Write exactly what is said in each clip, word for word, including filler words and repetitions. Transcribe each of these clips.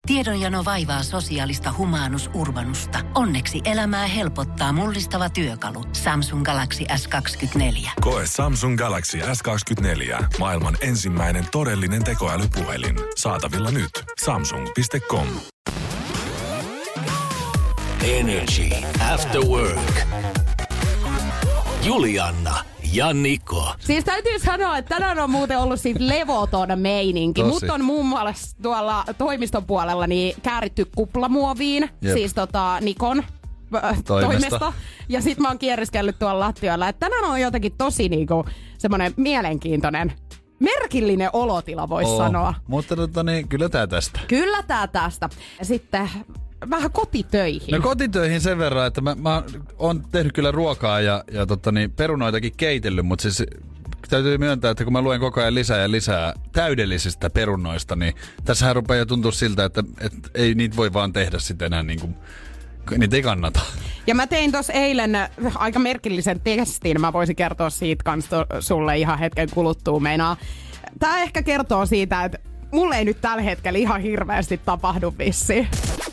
Tiedonjano vaivaa sosiaalista humanus urbanusta. Onneksi elämää helpottaa mullistava työkalu. Samsung Galaxy S kaksikymmentäneljä. Koe Samsung Galaxy S kaksikymmentäneljä. Maailman ensimmäinen todellinen tekoälypuhelin. Saatavilla nyt. Samsung piste com. Energy After Work. Julianna ja Niko. Siis täytyy sanoa, että tänään on muuten ollut siitä levoton meininki. Mut on muun muassa tuolla toimiston puolella niin kääritty kuplamuoviin. Jep. Siis tota Nikon äh, toimesta. toimesta. Ja sit mä oon kierriskellyt tuolla lattialla. Että tänään on jotenkin tosi niinku semmonen mielenkiintoinen, merkillinen olotila, vois sanoa. Mutta tota, niin, kyllä tää tästä. Kyllä tää tästä. Ja sitten vähän kotitöihin. No kotitöihin sen verran, että mä, mä oon tehnyt kyllä ruokaa ja, ja tota niin, perunoitakin keitellyt, mutta siis täytyy myöntää, että kun mä luen koko ajan lisää ja lisää täydellisistä perunoista, niin tässähän rupeaa jo tuntua siltä, että, että ei niitä voi vaan tehdä sitten enää niin kuin, niitä ei kannata. Ja mä tein tossa eilen aika merkillisen testin, mä voisin kertoa siitä kanssa sulle ihan hetken kuluttua meinaa. Tää ehkä kertoo siitä, että mulle ei nyt tällä hetkellä ihan hirveästi tapahdu vissiin.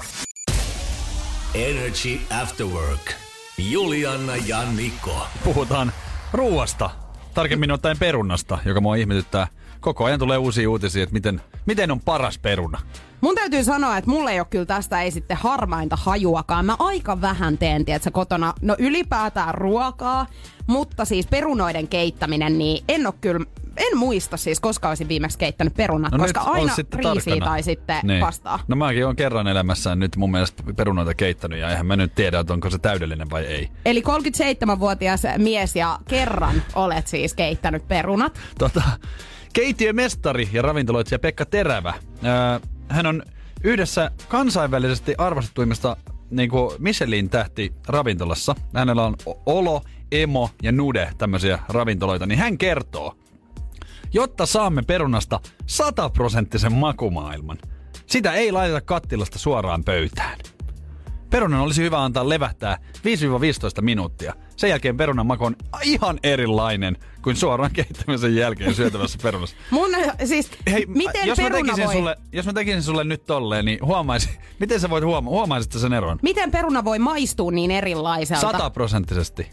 Energy After Work. Julianna ja Niko. Puhutaan ruuasta. Tarkemmin ottaen perunasta, joka mua ihmetyttää. Koko ajan tulee uusia uutisia, että miten, miten on paras peruna. Mun täytyy sanoa, että mulla ei ole kyllä tästä ei sitten harmainta hajuakaan. Mä aika vähän teen, tiedätkö, kotona, no ylipäätään ruokaa, mutta siis perunoiden keittäminen, niin en ole kyllä, en muista siis, koska olisin viimeksi keittänyt perunat, no koska aina riisiä tai sitten niin. pastaa. No mäkin olen kerran elämässään nyt mun mielestä perunoita keittänyt ja eihän mä nyt tiedä, että onko se täydellinen vai ei. Eli kolmekymmentäseitsemänvuotias mies ja kerran olet siis keittänyt perunat. Tota, keittiömestari ja ravintoloitsija Pekka Terävä. Öö, hän on yhdessä kansainvälisesti arvostetuimmista niin kuin Michelin-tähti ravintolassa. Hänellä on Olo, Emo ja Nude tämmöisiä ravintoloita, niin hän kertoo, jotta saamme perunasta sataprosenttisen makumaailman, sitä ei laiteta kattilasta suoraan pöytään. Perunan olisi hyvä antaa levähtää viisi viisitoista minuuttia. Sen jälkeen perunan maku on ihan erilainen kuin suoraan keittämisen jälkeen syötävässä perunassa. Mun siis, Hei, miten jos peruna mä voi... Sulle, jos mä tekisin sulle nyt tolleen, niin huomaisin, miten sä voit huoma- huomaisit sen eron? Miten peruna voi maistua niin erilaiselta? Sataprosenttisesti.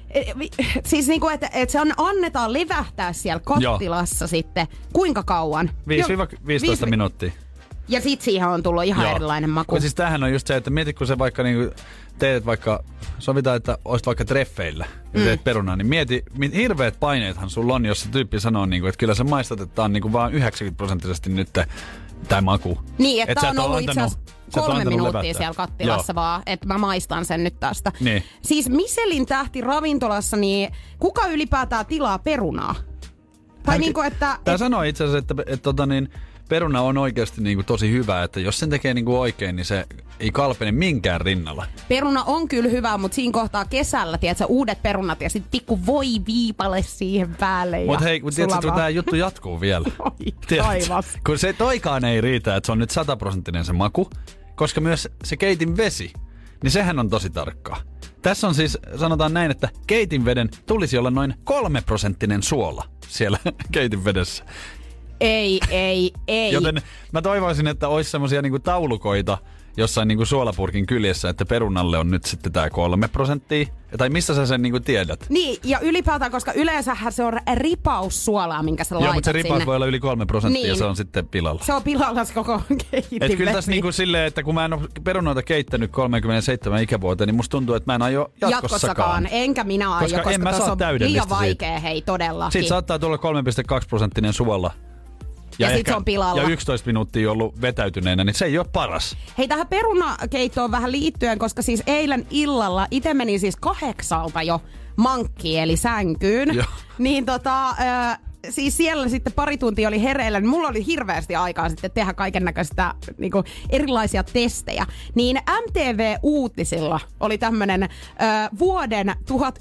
Siis niinku, että et se on, annetaan levähtää siellä kattilassa Joo. sitten. Kuinka kauan? viisi viisitoista minuuttia. Ja sit siihen on tullut ihan Joo. erilainen maku. Ja siis tämähän on just se, että mieti kun se vaikka niinku teet vaikka, sovitaan, että olisit vaikka treffeillä ja teet mm. perunaa, niin mieti, hirveät paineethan sulla on, jos se tyyppi sanoo, niinku, että kyllä se maistatetaan niinku vaan yhdeksänkymmentä prosenttisesti nyt tämä maku. Niin, että et tää on ollut itse asiassa kolme minuuttia levättää. Siellä kattilassa Joo. vaan, että mä maistan sen nyt tästä. Niin. Siis Michelin tähti ravintolassa, niin kuka ylipäätään tilaa perunaa? Tai Hän, niinku, että... Tää et... sanoo itse asiassa, että, että, että tota niin, peruna on oikeasti niinku tosi hyvä, että jos sen tekee niinku oikein, niin se ei kalpene minkään rinnalla. Peruna on kyllä hyvä, mutta siinä kohtaa kesällä, tiedätkö, uudet perunat ja sitten pikku voi viipale siihen päälle. Mutta hei, tiedätkö, että tämä juttu jatkuu vielä. Taivas. Kun se toikaan ei riitä, että se on nyt sataprosenttinen se maku, koska myös se keitin vesi, niin sehän on tosi tarkkaa. Tässä on siis, sanotaan näin, että keitinveden tulisi olla noin kolme prosenttinen suola siellä keitinvedessä. Ei, ei, ei. Joten mä toivoisin, että olisi semmosia niinku taulukoita jossain niinku suolapurkin kyljessä, että perunalle on nyt sitten tää kolme prosenttia. Tai mistä sä sen niinku tiedät? Niin, ja ylipäätään, koska yleensähän se on ripaus suolaa, minkä sä laitat Joo, mutta se ripaus sinne. voi olla yli kolme prosenttia niin. Ja se on sitten pilalla. Se on pilalla se koko keitinvesi. Et kyllä tässä niinku silleen, että kun mä en ole perunoita keittänyt kolmekymmentäseitsemän ikävuoteen, niin musta tuntuu, että mä en aio jatkossakaan. Jatkossakaan, enkä minä aio, koska, koska en mä tuossa saa on liian vaikea, hei, todellakin. Siitä saattaa tulla kolme pilkku kaksi prosenttinen suola. Ja, ja sit se on pilalla. Ja yksitoista minuuttia ollut vetäytyneenä, niin se ei ole paras. Hei, tähän perunakeittoon vähän liittyen, koska siis eilen illalla itse meni siis kahdeksalta jo mankkiin, eli sänkyyn. Joo. Niin tota, äh, siis siellä sitten pari tuntia oli hereillä, niin mulla oli hirveästi aikaa sitten tehdä kaiken näköistä niinku, erilaisia testejä. Niin M T V-uutisilla oli tämmönen äh, vuoden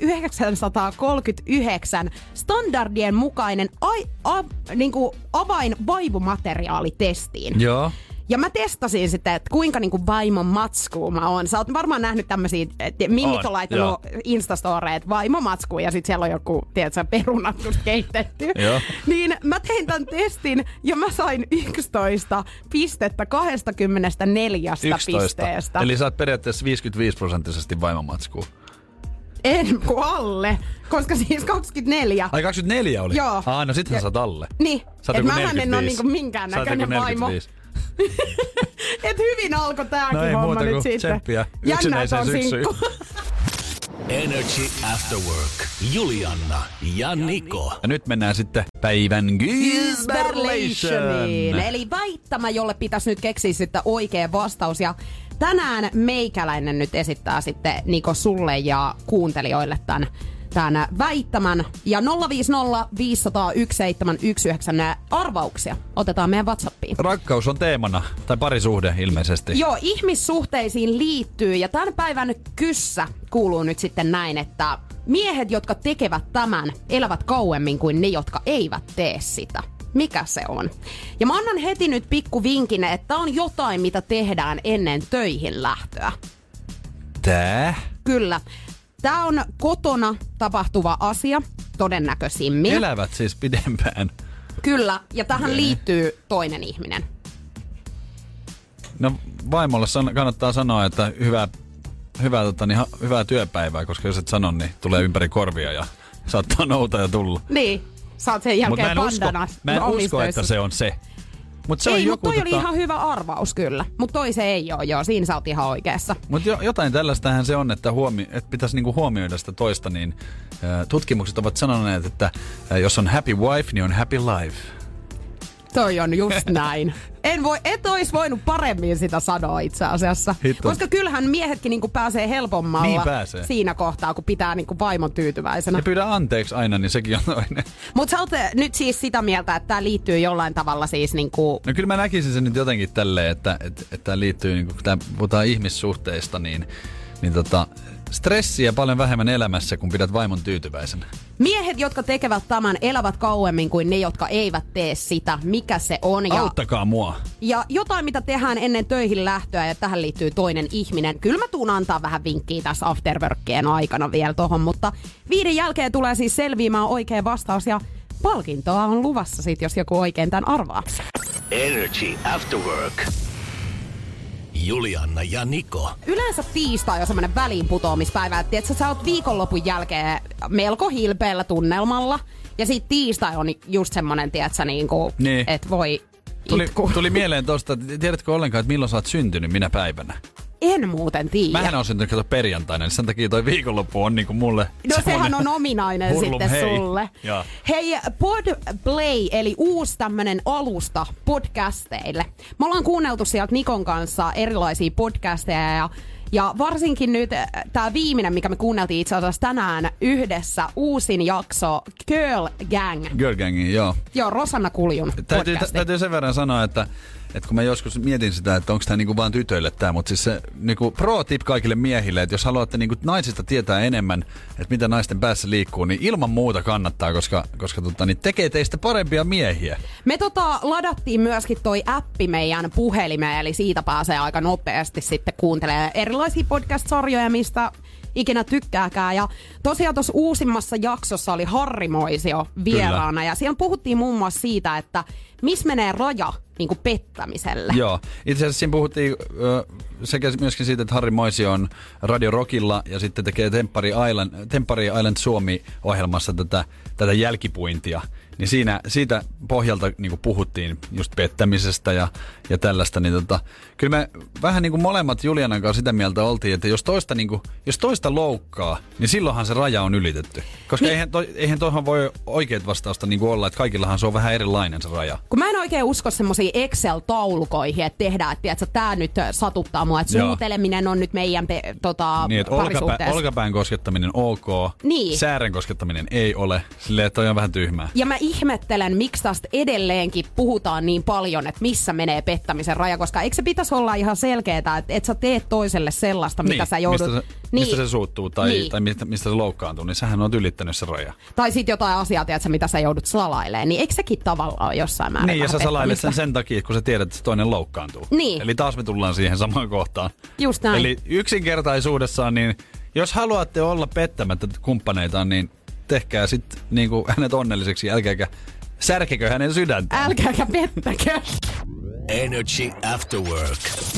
tuhatyhdeksänsataakolmekymmentäyhdeksän standardien mukainen ai, a, niinku, avainvaivumateriaali testiin. Joo. Ja mä testasin sitten, että kuinka niinku vaimon matskuu mä oon. Sä oot varmaan nähnyt tämmösiä, että mimmit on laittanut joo. Instastoreja, että vaimo matskuu ja sit siellä on joku, tiedätkö, perunat just keitetty. Niin mä tein tämän testin ja mä sain yksitoista pistettä kaksikymmentäneljä pisteestä. Eli sä oot periaatteessa viisikymmentäviisi prosenttisesti vaimon matskuu. En, kun alle. Koska siis kaksikymmentäneljä. Ai kaksikymmentäneljä oli? Joo. Ah, no sittenhän sä oot alle. Niin. Että mähän en oo niinku minkään näköinen vaimo. Et hyvin alkoi tääkin no homma nyt sitten. Tsemppiä. Jännä, että on sinkku. Energy After Work. Julianna ja Niko. Ja nyt mennään sitten päivän Gysberlationiin. Eli väittämä, jolle pitäisi nyt keksiä sitten oikea vastaus. Ja tänään meikäläinen nyt esittää sitten Niko sulle ja kuuntelijoille tämän, tämän väittämän. Ja nolla viisi nolla viisi nolla yksi seitsemän yksi yhdeksän arvauksia otetaan meidän WhatsAppiin. Rakkaus on teemana, tai parisuhde ilmeisesti. Joo, ihmissuhteisiin liittyy ja tämän päivän kyssä kuuluu nyt sitten näin, että miehet, jotka tekevät tämän, elävät kauemmin kuin ne, jotka eivät tee sitä. Mikä se on? Ja mä annan heti nyt pikku vinkin, että on jotain, mitä tehdään ennen töihin lähtöä. Tää? Kyllä. Tää on kotona tapahtuva asia, todennäköisimmin. Elävät siis pidempään. Kyllä, ja tähän okay. liittyy toinen ihminen. No vaimolle san- kannattaa sanoa, että hyvää, hyvää, tota, niin, hyvää työpäivää, koska jos et sano, niin tulee ympäri korvia ja saattaa nouta ja tulla. Niin, saat sen jälkeen pandana. Mä en usko, että se on se. Mut se ei, on mutta joku, toi tota... oli ihan hyvä arvaus kyllä. Mutta toi se ei oo, joo. Siinä sä oot ihan oikeassa. Mutta jo, jotain tällaistähän se on, että, huomi- että pitäisi niinku huomioida sitä toista, niin ä, tutkimukset ovat sanoneet, että ä, jos on happy wife, niin on happy life. Toi on just näin. En voi, et ois voinut paremmin sitä sanoa itse asiassa. Hitto. Koska kyllähän miehetkin niinku pääsee helpommalla niin pääsee. siinä kohtaa, kun pitää niinku vaimon tyytyväisenä. Ja pyydä anteeksi aina, niin sekin on toinen. Mut sä oot nyt siis sitä mieltä, että tää liittyy jollain tavalla siis niinku... No kyllä mä näkisin sen nyt jotenkin tälleen, että, että, että tää liittyy, niinku, kun tää puhutaan ihmissuhteista, niin, niin tota... stressiä paljon vähemmän elämässä, kun pidät vaimon tyytyväisenä. Miehet, jotka tekevät tämän, elävät kauemmin kuin ne, jotka eivät tee sitä. Mikä se on? Ja, auttakaa mua. Ja jotain, mitä tehdään ennen töihin lähtöä, ja tähän liittyy toinen ihminen. Kyllä mä tuun antaa vähän vinkkiä tässä afterworkien aikana vielä tohon, mutta viiden jälkeen tulee siis selviämään oikea vastaus, ja palkintoa on luvassa sit, jos joku oikein tämän arvaa. Energy After Work. Julianna ja Niko. Yleensä tiistai on semmoinen väliinputoamispäivä, että tiiätkö, sä oot viikonlopun jälkeen melko hilpeällä tunnelmalla. Ja sit tiistai on just semmonen, tiiätkö, niinku, niin. että voi tuli, itku. Tuli mieleen tosta, tiedätkö ollenkaan, että milloin sä oot syntynyt, minä päivänä? En muuten tiedä. Mähän on syntynyt kato perjantaina, niin sen takia toi viikonloppu on niinku mulle... No sehän on ominainen hurlum, sitten hei. Sulle. Ja. Hei, Podplay, eli uusi tämmönen alusta podcasteille. Me ollaan kuunneltu sieltä Nikon kanssa erilaisia podcasteja ja Ja varsinkin nyt tämä viimeinen, mikä me kuunneltiin itse asiassa tänään yhdessä, uusin jakso Girl Gang. Girl Gangin, joo. Joo, Rosanna Kuljun täytyy, podcasti. täytyy sen verran sanoa, että, että kun mä joskus mietin sitä, että onko tämä niinku vaan tytöille tämä, mutta siis se niinku pro-tip kaikille miehille, että jos haluatte niinku naisista tietää enemmän, että mitä naisten päässä liikkuu, niin ilman muuta kannattaa, koska, koska tota, niin tekee teistä parempia miehiä. Me tota, ladattiin myöskin toi appi meidän puhelimeen, eli siitä pääsee aika nopeasti sitten kuuntelemaan erilaisia podcast-sarjoja, mistä ikinä tykkääkään. Ja tosiaan tuossa uusimmassa jaksossa oli Harri Moisio vieraana. Kyllä. Ja siellä puhuttiin muun muassa siitä, että missä menee raja niin kuin pettämiselle. Joo. Itse asiassa siinä puhuttiin ö, sekä myöskin siitä, että Harri Moisio on Radio Rockilla ja sitten tekee Temppari Island, Temppari Island Suomi-ohjelmassa tätä, tätä jälkipuintia. Niin siinä, siitä pohjalta niin kuin puhuttiin just pettämisestä ja, ja tällaista. Niin tota, kyllä me vähän niin kuin molemmat Julianan kanssa sitä mieltä oltiin, että jos toista, niin kuin, jos toista loukkaa, niin silloinhan se raja on ylitetty. Koska niin, eihän, to, eihän toihan voi oikeat vastausta niin kuin olla, että kaikillahan se on vähän erilainen se raja. Kun mä en oikein usko semmosia Excel-taulukoihin, että tehdään, että tiedätkö, tää nyt satuttaa mua, että suuteleminen on nyt meidän pe, tota, niin, että olkapä, olkapään koskettaminen ok, niin. Säären koskettaminen ei ole, silleen, että toi on vähän tyhmää. Ja mä ihmettelen, miksi tästä edelleenkin puhutaan niin paljon, että missä menee pettämisen raja, koska eikö se pitäisi olla ihan selkeää, että et sä teet toiselle sellaista, mitä niin, sä joudut... Sä... niin. mistä se suuttuu tai, niin. tai mistä, mistä se loukkaantuu, niin sähän on ylittänyt se raja. Tai sit jotain asiaa, tiedätkö, mitä sä joudut salailemaan, niin eikö sekin tavallaan ole jossain määrin niin, ja sä salailet sen sen takia, kun sä tiedät, että toinen loukkaantuu. Niin. Eli taas me tullaan siihen samaan kohtaan. Just näin. Eli yksinkertaisuudessaan, niin jos haluatte olla pettämättä kumppaneitaan, niin tehkää sitten niinku hänet onnelliseksi, älkääkä särkekö hänen sydäntä. Älkääkä pettäkö. Energy After Work.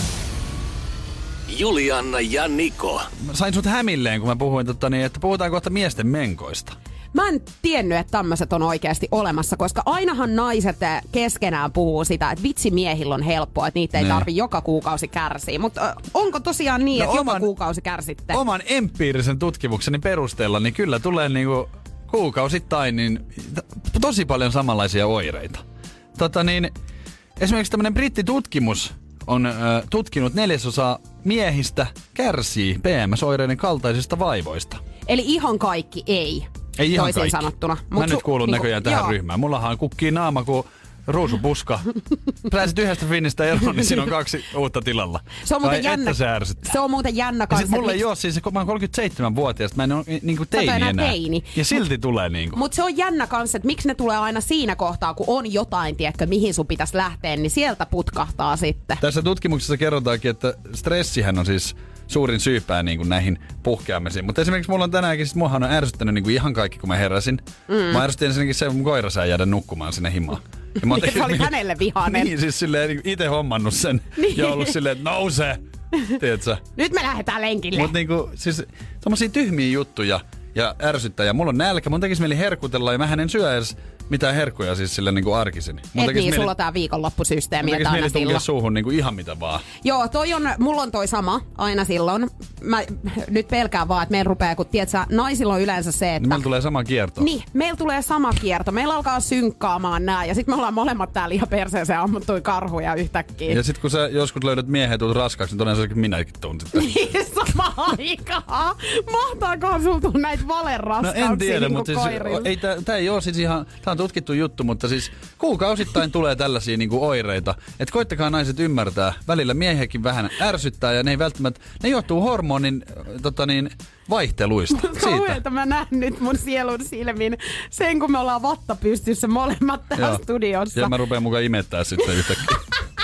Julianna ja Niko. Mä sain sut hämilleen, kun mä puhuin, totta, niin, että puhutaan kohta miesten menkoista. Mä en tiennyt, että tämmöiset on oikeasti olemassa, koska ainahan naiset keskenään puhuu sitä, että vitsi miehillä on helppoa, että niitä ei tarvi joka kuukausi kärsiä. Mutta onko tosiaan niin, no että oman, joka kuukausi kärsitte? Oman empiirisen tutkimukseni perusteella, niin kyllä tulee niinku kuukausittain niin tosi paljon samanlaisia oireita. Tota niin, esimerkiksi tämmönen brittitutkimus on äh, tutkinut neljäsosa miehistä kärsii P M S-oireiden kaltaisista vaivoista. Eli ihan kaikki ei. Ei ihan toisin kaikki. sanottuna. Mut Mä su- nyt kuulun niinku, näköjään tähän joo. ryhmään. Mullahan kukkii naama kuin ruusupuska. Pääsit yhdestä finnistä eroon, niin siinä on kaksi uutta tilalla. Se on muuten Vai jännä. Se on muuten jännä kanssa. Ja sit mulla ei oo siis, kun mä oon kolmekymmentäseitsemänvuotias, mä en oo niinku teini enää. enää. Teini. Ja silti tulee niinku. Mut se on jännä kanssa, että miksi ne tulee aina siinä kohtaa, kun on jotain, tiedätkö, mihin sun pitäisi lähteä, niin sieltä putkahtaa sitten. Tässä tutkimuksessa kerrotaankin, että stressihän on siis suurin syypää niin kuin näihin puhkeamisiin. Mutta esimerkiksi mulla on tänäänkin, siis muahan on ärsyttänyt niin kuin ihan kaikki, kun mä heräsin. Mm. Mä ärsytin ensinnäkin se, mun koira saa jäädä nukkumaan sinne himaan. Ja mä niin, se oli hänelle vihainen. Niin, siis silleen niin itse hommannut sen niin. Ja ollut silleen, että nousee. Tiedätkö? Nyt me lähdetään lenkille. Mut niinku, siis tommosia tyhmiä juttuja ja ärsyttää. Ja mulla on nälkä, mun tekis mieli herkutella ja mähän en syö edes mitään herkkuja siis silleen niinku arkisin. Mun et niin, mieli, sulla on tää viikonloppusysteemi. Mun tekis mieli tunkea suuhun niinku ihan mitä vaan. Joo, toi on, mulla on toi sama aina silloin. Mä nyt pelkään vaan, että meillä rupeaa, kun tiedätkö, naisilla on yleensä se, että... Niin meillä tulee sama kierto. Niin, meillä tulee sama kierto. Meillä alkaa synkkaamaan nää ja sit me ollaan molemmat täällä ihan perseeseen ammuttui karhuja yhtäkkiä. Ja sit kun sä joskus löydät miehen ja tulet raskaaksi, niin todennäköisesti minäkin tuun sitten. Niin, sama aikaa. Mahtaakohan sulla tulla näitä valeraskauksia? No en tiedä, niin mutta siis, ei, tää, tää ei oo siis ihan... Tää on tutkittu juttu, mutta siis kuukausittain tulee tällaisia niinku oireita. Että koittakaa naiset ymmärtää. Välillä miehiäkin vähän ärsyttää ja ne ei välttämättä... Ne johtuu hormonin tota niin, vaihteluista. Kauheeta mä näen nyt mun sielun silmin sen, kun me ollaan vatta pystyssä molemmat täällä Joo. studiossa. Ja mä rupean mukaan imettää sitten yhtäkkiä.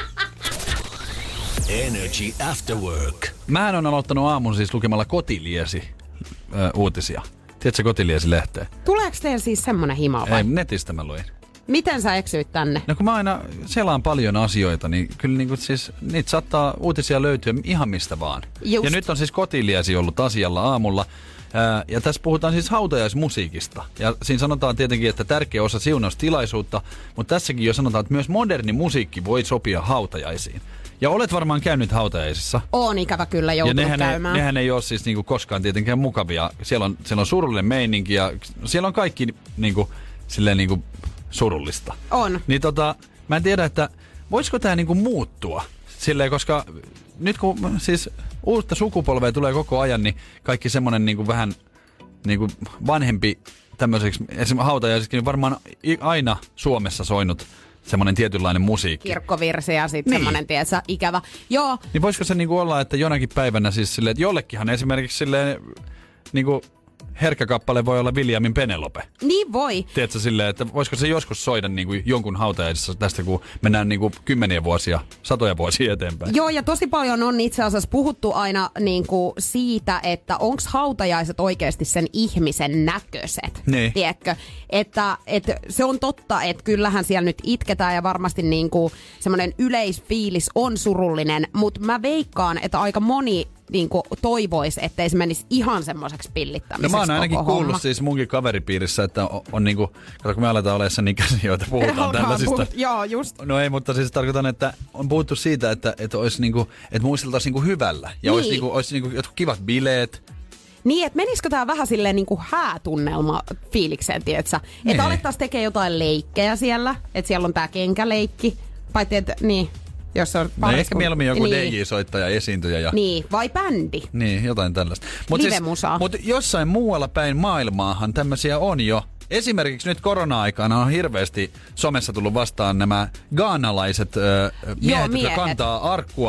Energy After Work. Mähän on aloittanut aamun siis lukemalla Kotiliesi ö, uutisia. Tiedätkö Kotiliesi-lehteä? Tuleeko teillä siis semmonen hima vai? Ei, netistä mä luin. Miten sä eksyit tänne? No kun mä aina selaan paljon asioita, niin kyllä niinku siis niitä saattaa uutisia löytyä ihan mistä vaan. Just. Ja nyt on siis Kotiliesi ollut asialla aamulla. Ää, ja tässä puhutaan siis hautajaismusiikista. Ja siinä sanotaan tietenkin, että tärkeä osa siunaustilaisuutta, mutta tässäkin jo sanotaan, että myös moderni musiikki voi sopia hautajaisiin. Ja olet varmaan käynyt hautajaisissa. Oon ikävä kyllä joutunut ja nehän käymään. Ei, nehän ei ole siis niinku koskaan tietenkään mukavia. Siellä on, siellä on surullinen meininki ja siellä on kaikki niinku, silleen niinku surullista. On. Niin tota, mä en tiedä, että voisiko tää niinku muuttua silleen, koska nyt kun siis uutta sukupolvea tulee koko ajan, niin kaikki semmonen niinku vähän niinku vanhempi tämmöiseksi, esimerkiksi hautajaisissakin niin varmaan aina Suomessa soinut semmoinen tietynlainen musiikki. Kirkkovirsi ja sitten niin. semmoinen, tietsä, ikävä. Joo. Niin voisiko se niinku olla, että jonakin päivänä siis silleen, että jollekinhan esimerkiksi silleen niinku herkkä kappale voi olla Williamin Penelope. Niin voi. Tiedätkö silleen, että voisiko se joskus soida niinku jonkun hautajaisissa tästä, kun mennään niinku kymmeniä vuosia, satoja vuosia eteenpäin. Joo, ja tosi paljon on itse asiassa puhuttu aina niinku siitä, että onko hautajaiset oikeasti sen ihmisen näköiset. Niin. Tiedätkö? Että, että se on totta, että kyllähän siellä nyt itketään ja varmasti niinku semmoinen yleisfiilis on surullinen, mutta mä veikkaan, että aika moni niinku toivoisi, ettei se menisi ihan semmoiseksi pillittämiseksi. No mä oon ainakin koko kuullut homma. siis munkin kaveripiirissä, että on, on niinku, kato kun me aletaan olemaan sen ikäisiä, joita puhutaan tällaisista. Puhut, joo, just. No ei, mutta siis tarkoitan, että on puhuttu siitä, että, että olisi niinku, että muisteltaisiin niinku hyvällä. Ja niin. olisi, niinku, olisi niinku jotkut kivat bileet. Niin, että menisikö tää vähän silleen niinku häätunnelma fiilikseen, tietsä? Niin. Että alettaisiin tekemään jotain leikkejä siellä, että siellä on tää kenkäleikki. Paitsi, että niin, jos on No ehkä mieluummin joku niin. D J-soittaja, esiintyjä. Ja... Niin, vai bändi. Niin, jotain tällaista. Mutta siis, mut jossain muualla päin maailmaahan tämmöisiä on jo. Esimerkiksi nyt korona-aikana on hirveästi somessa tullut vastaan nämä ghanalaiset äh, miehet, Joo, miehet, jotka kantaa arkkua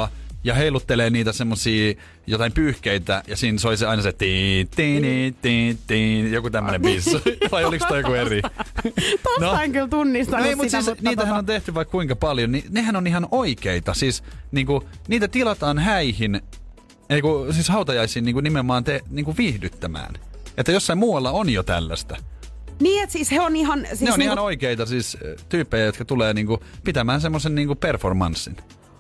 ja heiluttelee niitä semmosia jotain pyyhkeitä, ja siinä soi se aina se tii, tii, tii, tii, joku tämmönen biisi. Vai oliks toi joku eri? Tosta no. en kyllä tunnistanut no ei, sitä, mutta siis mutta niitähän tota... on tehty vaikka kuinka paljon, niin nehän on ihan oikeita. Siis niinku, niitä tilataan häihin, eiku, siis hautajaisiin niinku nimenomaan te, niinku viihdyttämään. Että jossain muualla on jo tällaista. Niin, että siis he on ihan... Siis ne on niinku... ihan oikeita siis tyyppejä, jotka tulee niinku pitämään semmoisen niinku performanssin.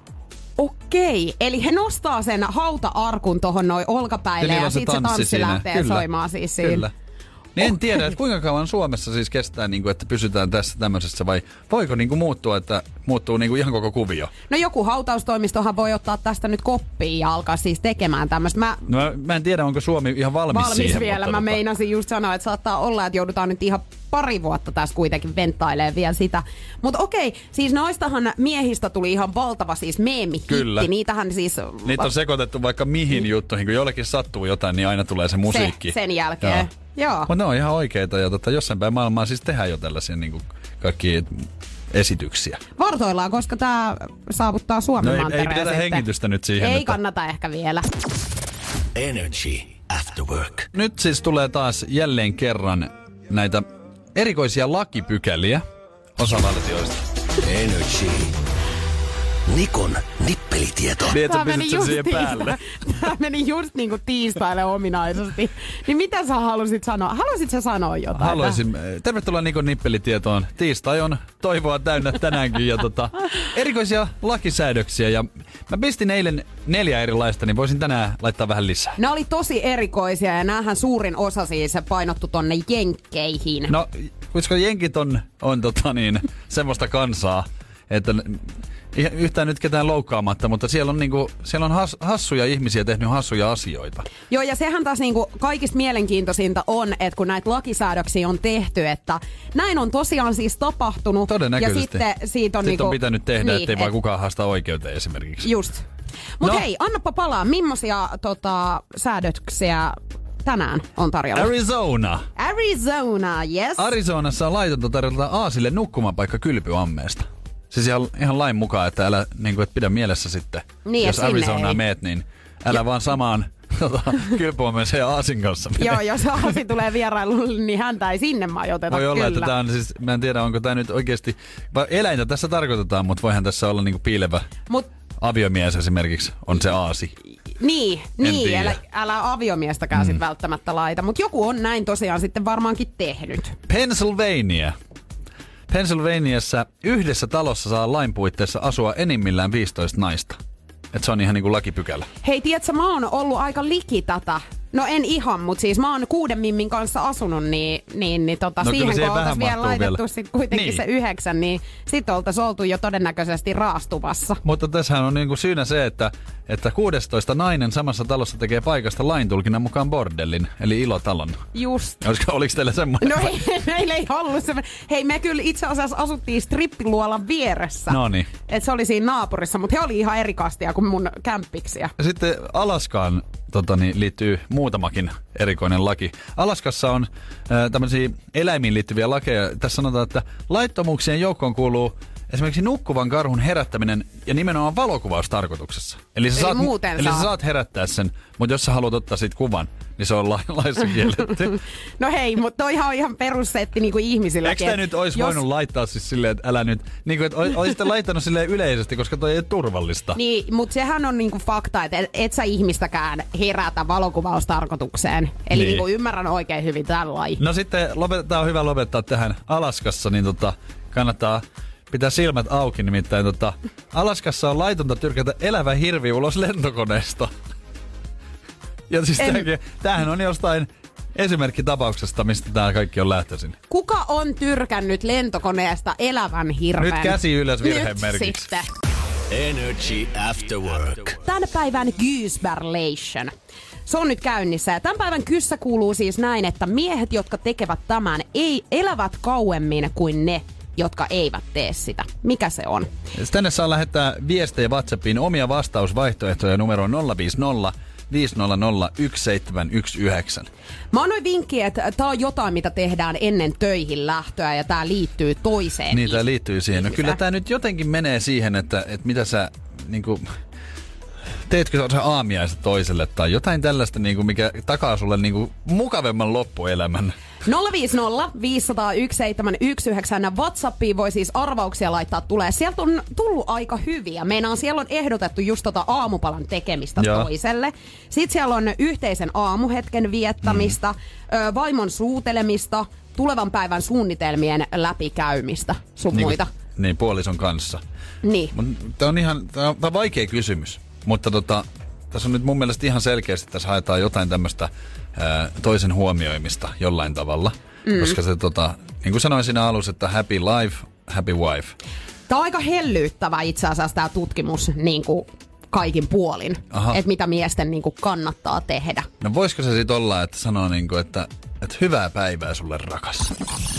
Okei, eli he nostaa sen hauta-arkun tohon noin olkapäille ja, ja sit se tanssi siinä. lähtee Kyllä. soimaan siis siinä. Kyllä. Niin en tiedä, että kuinka kauan Suomessa siis kestää, niin kuin, että pysytään tässä tämmöisessä vai voiko niin kuin muuttua, että muuttuu niin kuin ihan koko kuvio? No joku hautaustoimistohan voi ottaa tästä nyt koppia ja alkaa siis tekemään tämmöistä. Mä, no mä, mä en tiedä, onko Suomi ihan valmis, valmis siihen. vielä. Mä meinasin just sanoa, että saattaa olla, että joudutaan nyt ihan pari vuotta tässä kuitenkin venttailemaan vielä sitä. Mutta okei, siis noistahan miehistä tuli ihan valtava siis meemihitti. Kyllä. Niitähän siis... Niitä on sekoitettu vaikka mihin juttuihin, kun jollekin sattuu jotain, niin aina tulee se musiikki. Se, sen jälkeen. Joo. Mutta ne on ihan oikeita ja tota, jossain päin maailmaa siis tehdään jo tällaisia niin kuin kaikki esityksiä. Vartoillaan, koska tää saavuttaa Suomen no mantereen. Ei pidetä hengitystä nyt siihen. Ei että... kannata ehkä vielä. Energy After Work. Nyt siis tulee taas jälleen kerran näitä erikoisia lakipykäliä osavaltioista. Energy. Nikon nippelitieto. Niin, että pysyt sen siihen päälle. Tämä meni just niin kuin tiistaille ominaisesti. Niin mitä sä halusit sanoa? Halusit sä sanoa jotain? Haluaisin. Tervetuloa Nikon nippelitietoon. Tiistai on toivoa täynnä tänäänkin. Ja tota, erikoisia lakisäädöksiä. Ja mä pistin eilen neljä erilaista, niin voisin tänään laittaa vähän lisää. Ne oli tosi erikoisia ja näähän suurin osa siis painottu tonne jenkkeihin. No, koska jenkit on, on tota niin, semmoista kansaa, että... Yhtään nyt ketään loukkaamatta, mutta siellä on, niinku, siellä on has, hassuja ihmisiä tehnyt hassuja asioita. Joo, ja sehän taas niinku kaikista mielenkiintoisinta on, että kun näitä lakisäädöksiä on tehty, että näin on tosiaan siis tapahtunut. Todennäköisesti. Ja sitten siitä on, sitten niinku, on pitänyt tehdä, niin, ettei et... vaan kukaan haasta oikeuteen esimerkiksi. Just. Mutta no. hei, annapa palaa. Millaisia tota, säädöksiä tänään on tarjolla? Arizona. Arizona, yes. Arizonassa on laitonta tarjota aasille nukkumapaikka kylpyammeesta. Siis ihan, ihan lain mukaan, että älä niin kuin, et pidä mielessä sitten, niin, jos Arizonaan meet, niin älä ja... vaan samaan tota, kylpyammeeseen aasin kanssa mene. Joo, jos aasi tulee vierailulle, niin häntä ei sinne majoiteta. Voi olla, kyllä. että tämä on siis, mä en tiedä, onko tämä nyt oikeasti, vai eläintä tässä tarkoitetaan, mutta voihan tässä olla niin kuin piilevä Mut... aviomies esimerkiksi, on se aasi. Niin, niin älä, älä aviomiestäkään mm. sit välttämättä laita, mutta joku on näin tosiaan sitten varmaankin tehnyt. Pennsylvania. Pennsylvaniassa yhdessä talossa saa lain puitteissa asua enimmillään viisitoista naista. Et se on ihan niinku lakipykälä. Hei, tiedätkö, mä oon ollut aika liki tätä. No en ihan, mutta siis mä oon kuuden mimmin kanssa asunut, niin, niin, niin tota, no, siihen kun oltais vielä laitettu vielä. Sit kuitenkin niin. se yhdeksän, niin sit oltais oltu jo todennäköisesti raastuvassa. Mutta tässähän on niinku syynä se, että, että kuusitoista nainen samassa talossa tekee paikasta laintulkinnan mukaan bordellin, eli ilotalon. Just. Olisiko, oliko teillä semmoinen? No ei, meillä ei ollut semmoinen. Hei, me kyllä itse asiassa asuttiin strippiluolan vieressä. No niin. Et se oli siinä naapurissa, mutta he oli ihan eri kastia kuin mun kämppiksiä. Ja sitten Alaskaan tota, niin, liittyy muutamakin erikoinen laki. Alaskassa on äh, tämmöisiä eläimiin liittyviä lakeja. Tässä sanotaan, että laittomuuksien joukkoon kuuluu esimerkiksi nukkuvan karhun herättäminen ja nimenomaan valokuvaustarkoituksessa. Eli sä, eli saat, eli sä saat herättää sen, mutta jos sä haluat ottaa siitä kuvan, niin se on la- laissa kielletty. No hei, mutta toihan on ihan perussetti niin kuin ihmisilläkin. Eikö tämä nyt olisi jos... voinut laittaa siis silleen, että älä nyt, niin kuin, että olisitte laittanut silleen yleisesti, koska toi ei ole turvallista. Niin, mutta sehän on niin kuin fakta, että et, et sä ihmistäkään herätä valokuvaustarkoitukseen. Eli niin. Niin kuin ymmärrän oikein hyvin tämän lain. No sitten lopetetaan, on hyvä lopettaa tähän Alaskassa, niin tota, kannattaa pitää silmät auki, nimittäin tota, Alaskassa on laitonta tyrkätä elävä hirvi ulos lentokoneesta. Ja siis en... tämähän on jostain esimerkkitapauksesta, mistä tää kaikki on lähtöisin. Kuka on tyrkännyt lentokoneesta elävän hirven? Nyt käsi ylös virheen merkiksi. Sitten. Energy After Work. Tämän päivän Goosberlation. Se on nyt käynnissä. Ja tämän päivän kyssä kuuluu siis näin, että miehet, jotka tekevät tämän, ei elävät kauemmin kuin ne, jotka eivät tee sitä. Mikä se on? Tänne saa lähettää viestejä WhatsAppiin omia vastausvaihtoehtoja numeroon nolla viisi nolla viisi nolla nolla yksi seitsemän yksi yhdeksän. Mä annoin vinkkiä, että tää on jotain, mitä tehdään ennen töihin lähtöä ja tää liittyy toiseen. Niin, tää liittyy siihen. No kyllä tää nyt jotenkin menee siihen, että, että mitä sä niinku... teetkö sä aamiaista toiselle tai jotain tällaista, niinku, mikä takaa sulle niinku, mukavemman loppuelämän? nolla viisi nolla viisi nolla yksi seitsemän yksi yhdeksän WhatsAppiin voi siis arvauksia laittaa tulee. Sieltä on tullut aika hyviä. Meinaan siellä on ehdotettu just tota aamupalan tekemistä Joo. toiselle. Sitten siellä on yhteisen aamuhetken viettämistä, mm. vaimon suutelemista, tulevan päivän suunnitelmien läpikäymistä, sun niin, muita. Niin, puolison kanssa. Niin. Tämä on ihan tää on, tää on vaikea kysymys, mutta tota, tässä on nyt mun mielestä ihan selkeästi, että tässä haetaan jotain tämmöistä toisen huomioimista jollain tavalla. Mm. Koska se, tota, niin kuin sanoin siinä alussa, että happy life, happy wife. Tämä on aika hellyyttävä itse asiassa tämä tutkimus niin kuin kaikin puolin, että mitä miesten niin kuin kannattaa tehdä. No voisiko se sitten olla, että sanoo, niin kuin, että, että hyvää päivää sulle rakas.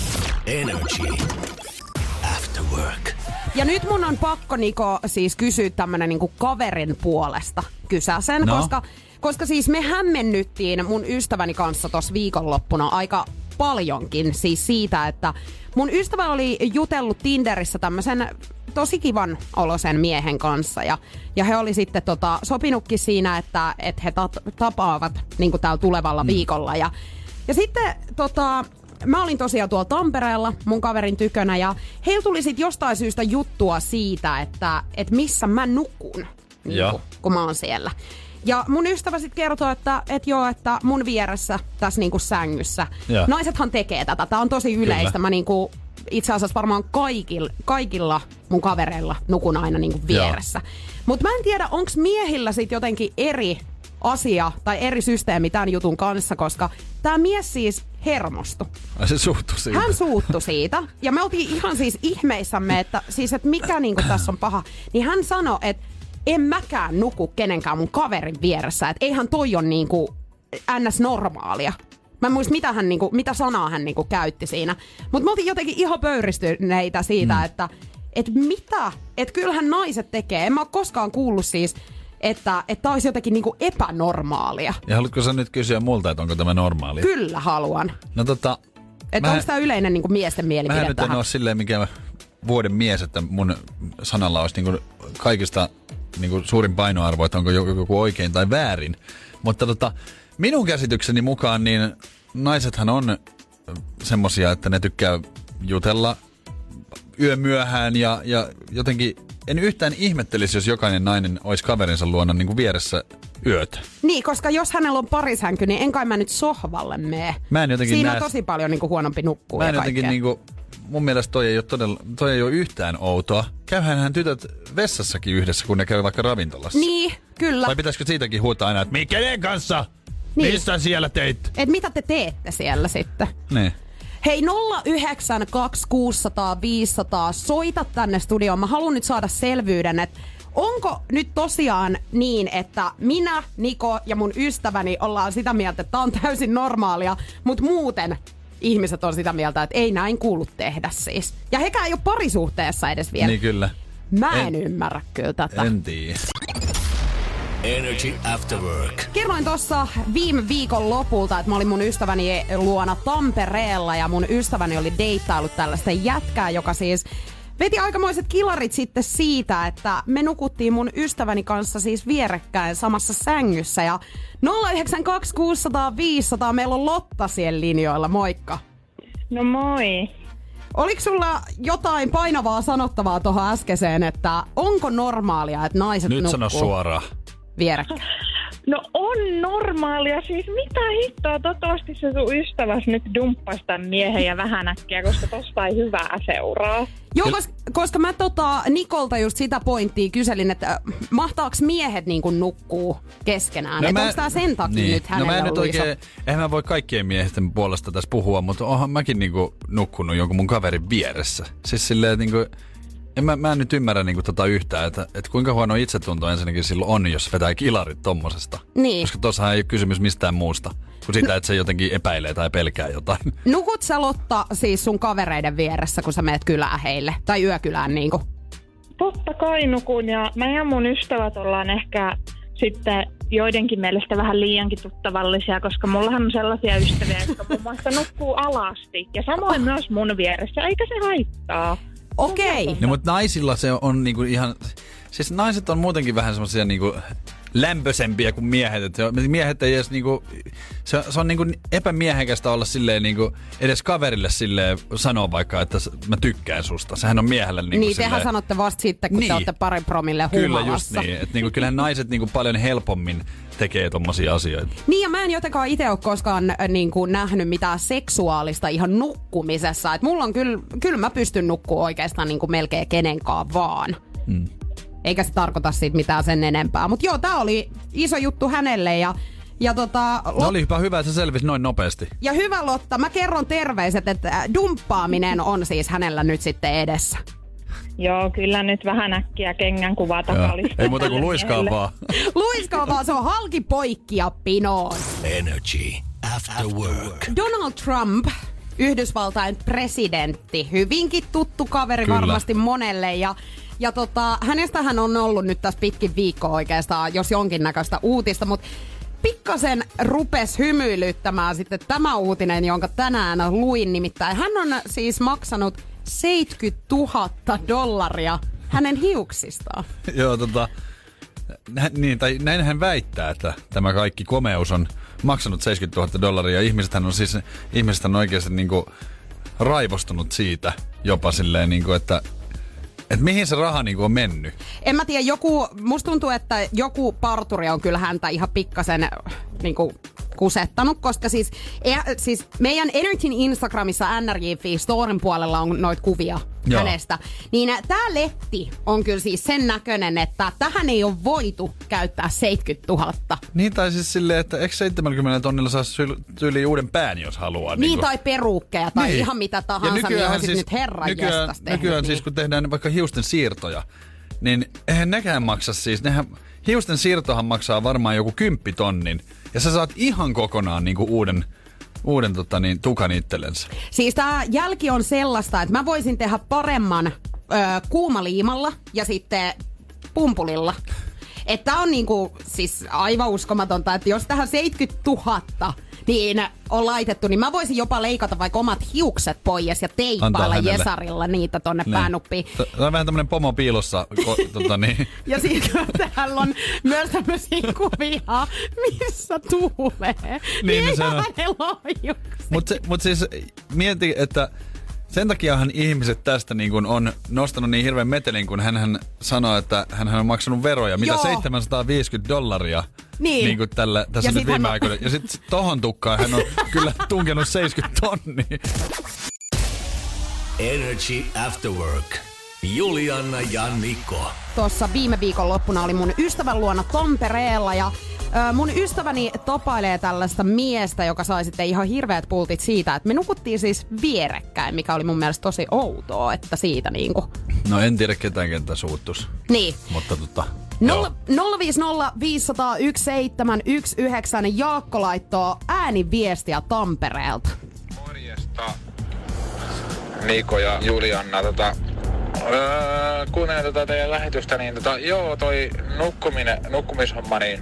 Energy After Work. Ja nyt mun on pakko Niko siis kysyä tämmönen niinku kaverin puolesta kysäsen, no. koska, koska siis me hämmennyttiin mun ystäväni kanssa tossa viikonloppuna aika paljonkin siis siitä, että mun ystävä oli jutellut Tinderissä tämmösen tosi kivan olosen miehen kanssa ja, ja he oli sitten tota, sopinutkin siinä, että et he ta- tapaavat niinku täällä tulevalla mm. viikolla ja, ja sitten tota... Mä olin tosiaan tuolla Tampereella mun kaverin tykönä ja heillä tuli sit jostain syystä juttua siitä, että, että missä mä nukun, niin kun, kun mä oon siellä. Ja mun ystävä sit kertoi, että, että joo, että mun vieressä tässä niinku sängyssä. Ja. Naisethan tekee tätä. Tää on tosi yleistä. Kyllä. Mä niinku, itse asiassa varmaan kaikilla, kaikilla mun kavereilla nukun aina niinku vieressä. Mutta mä en tiedä, onks miehillä sit jotenkin eri asia tai eri systeemi tämän jutun kanssa, koska tämä mies siis hermostui. Se suuttui siitä. Hän suuttui siitä. Ja me oltiin ihan siis ihmeissämme, että siis että mikä niinku tässä on paha. Niin hän sanoi, että en mäkään nuku kenenkään mun kaverin vieressä. Että eihän toi ole niinku ns. Normaalia. Mä en muista, mitä, hän niinku, mitä sanaa hän niinku käytti siinä. Mutta me oltiin jotenkin ihan pöyristyneitä siitä, mm. että et mitä? Että kyllähän naiset tekee. En mä ole koskaan kuullut siis että että olisi jotenkin niinku epänormaalia. Ja haluatko sä nyt kysyä multa, että onko tämä normaalia? Kyllä haluan. No tota... Että onko tämä yleinen niinku miesten mielipide tähän? Mä nyt en ole silleen mikä vuoden mies, että mun sanalla olisi niinku kaikista niinku suurin painoarvo, että onko joku oikein tai väärin. Mutta tota, minun käsitykseni mukaan niin naisethan on semmosia, että ne tykkää jutella yömyöhään ja, ja jotenkin en yhtään ihmettelisi, jos jokainen nainen olisi kaverinsa luona niin kuin vieressä yötä. Niin, koska jos hänellä on parisänky, niin en kai mä nyt sohvalle mene. Mä en jotenkin Siinä näe... on tosi paljon niin kuin huonompi nukkuu mä ja en jotenkin niin kuin, mun mielestä toi ei ole, todella, toi ei ole yhtään outoa. Käyhän tytöt vessassakin yhdessä, kun ne käy vaikka ravintolassa. Niin, kyllä. Vai pitäisikö siitäkin huutaa aina, että kenen kanssa? Niin. Mistä siellä teit? Et mitä te teette siellä sitten? Niin. Hei, nolla yhdeksän kaksi kuusi nolla nolla viisi nolla nolla, soita tänne studioon. Mä haluan nyt saada selvyyden, että onko nyt tosiaan niin, että minä, Niko ja mun ystäväni ollaan sitä mieltä, että tää on täysin normaalia, mutta muuten ihmiset on sitä mieltä, että ei näin kuulu tehdä siis. Ja hekään ei ole parisuhteessa edes vielä. Niin kyllä. Mä en, en ymmärrä kyllä tätä. En tiedä. Energy After Work. Kerroin tuossa viime viikon lopulta, että mä olin mun ystäväni luona Tampereella ja mun ystäväni oli deittailut tällaista jätkää, joka siis veti aikamoiset kilarit sitten siitä, että me nukuttiin mun ystäväni kanssa siis vierekkäin samassa sängyssä ja nolla yhdeksän kaksi kuusi nolla nolla viisi nolla nolla, meillä on Lotta siellä linjoilla, moikka. No moi. Oliko sulla jotain painavaa sanottavaa tuohon äskeiseen, että onko normaalia, että naiset Nyt nukkuu? Nyt sano suoraan. Vierekkäin. No on normaalia. Siis mitä hittoa, toivottavasti se sun ystäväs nyt dumppasi tämän miehen ja vähän äkkiä, koska tosta ei hyvää seuraa. Joo, koska, koska mä tota Nikolta just sitä pointtia kyselin, että mahtaaks miehet niinku nukkuu keskenään? No että onko tää sen takia niin. nyt hänellä No mä en nyt oikein, iso... eihän mä voi kaikkien miesten puolesta tässä puhua, mutta oonhan mäkin niinku nukkunut jonkun mun kaverin vieressä. Siis silleen niinku... En mä, mä en nyt ymmärrä niinku tota yhtään, että, että kuinka huono itsetunto ensinnäkin silloin on, jos vetää kilarit tommosesta. Niin. Koska tossahan ei ole kysymys mistään muusta kuin sitä, että se jotenkin epäilee tai pelkää jotain. Nukut sä, Lotta, siis sun kavereiden vieressä, kun sä meet kylään heille? Tai yökylään niinku? Totta kai nukun, ja mä ja mun ystävät ollaan ehkä sitten joidenkin mielestä vähän liiankin tuttavallisia, koska mullahan on sellaisia ystäviä, jotka muun muassa nukkuu alasti. Ja samoin oh. myös mun vieressä, eikä se haittaa. Okei. No, mutta naisilla se on niinku ihan... Siis naiset on muutenkin vähän semmosia niinku lämpöisempiä kuin miehet. Et miehet ei edes niinku, se, se on niinku epämiehekästä olla silleen niinku, edes kaverille silleen sanoa vaikka, että mä tykkään susta. Sehän on miehellä niinku Niin, silleen, tehän sanotte vasta sitten, kun niin. te olette parin promille humalassa. Kyllä just niin. Et niinku, kyllähän naiset niinku paljon helpommin tekee tommosia asioita. Niin, ja mä en jotenkaan itse ole koskaan äh, niin kuin, nähnyt mitään seksuaalista ihan nukkumisessa. Et mulla on kyllä, kyllä mä pystyn nukkua oikeastaan niin kuin melkein kenenkaan vaan. Mm. Eikä se tarkoita siitä mitään sen enempää. Mutta joo, tää oli iso juttu hänelle ja Ja tota, Lot... no olipa hyvä, että se selvisi noin nopeasti. Ja hyvä Lotta, mä kerron terveiset, että dumppaaminen on siis hänellä nyt sitten edessä. Joo, kyllä nyt vähän äkkiä kengän kuvaa takalistaa. Ei muuta kuin luiskaa vaan. Luiskaa vaan, se on halki poikki ja pinoon. Energy After Work. Donald Trump, Yhdysvaltain presidentti, hyvinkin tuttu kaveri Kyllä. varmasti monelle. Ja, ja tota, hänestähän on ollut nyt tässä pitkin viikkoa oikeastaan, jos jonkinnäköistä uutista, mutta pikkasen rupes hymyilyttämään sitten tämä uutinen, jonka tänään luin nimittäin. Hän on siis maksanut seitsemänkymmentätuhatta dollaria hänen hiuksistaan. Joo, tota, nä, niin, tai näin hän väittää, että tämä kaikki komeus on maksanut seitsemänkymmentätuhatta dollaria. Ihmisethän on siis, ihmiset on oikeasti niinku raivostunut siitä jopa silleen, niinku, että että mihin se raha niinku on mennyt? En mä tiedä, joku, musta tuntuu, että joku parturi on kyllä häntä ihan pikkasen niinku kusettanut, koska siis, e, siis meidän Energyn Instagramissa N R J F Storin puolella on noita kuvia Joo. hänestä. Niin tää letti on kyllä siis sen näköinen, että tähän ei ole voitu käyttää seitsemänkymmentätuhatta. Niin, tai siis silleen, että eikö seitsemänkymmentä tonnilla saa tyyliin uuden pään, jos haluaa? Niin, niin tai peruukkeja tai niin. ihan mitä tahansa, niin on siis, nyt herran nykyään, jestas nykyään niin. siis, kun tehdään vaikka hiusten siirtoja, niin eihän nekään maksa siis. Nehän, hiusten siirtohan maksaa varmaan joku kymppitonnin. Ja sä saat ihan kokonaan niinku uuden, uuden tota niin, tukan itsellensä. Siis tää jälki on sellaista, että mä voisin tehdä paremman ö, kuumaliimalla ja sitten pumpulilla. Että on niinku siis aivan uskomatonta, että jos tähän seitsemänkymmentätuhatta niin on laitettu, niin mä voisin jopa leikata vaikka omat hiukset pois ja teippailla Jesarilla niitä tonne niin. päänuppiin. Tämä on vähän tämmönen pomo piilossa. Ko, tota niin. Ja sitten täällä on myös tämmöisiä kuvia, missä tuulee. Niin, niin se on. hänellä on hiukset. Mutta mut siis mieti, että sen takiahan ihmiset tästä niin kun on nostanut niin hirveän metelin, kun hän sanoi, että hän on maksanut veroja, mitä Joo. seitsemänsataaviisikymmentä dollaria niin. Niin tällä, tässä ja nyt viime aikoina. On... Ja sitten tohon tukkaan hän on kyllä tunkenut seitsemänkymmentä tonnia. Energy After Work. Julianna ja Niko. Tuossa viime viikon loppuna oli mun ystävän luona Tampereella ja ö, mun ystäväni tapailee tällaista miestä, joka sai sitten ihan hirveät pultit siitä, että me nukuttiin siis vierekkäin, mikä oli mun mielestä tosi outoa, että siitä niinku. No en tiedä ketään kentä suuttus. Niin. Mutta tota... nolla viisi nolla viisi nolla nolla yksi seitsemän yksi yhdeksän Jaakko laittoo ääniviestiä Tampereelta. Morjesta, Niko ja Julianna. Tota, öö, kuuntelen tota teidän lähetystä, niin tota, joo, toi nukkuminen, nukkumishomma, niin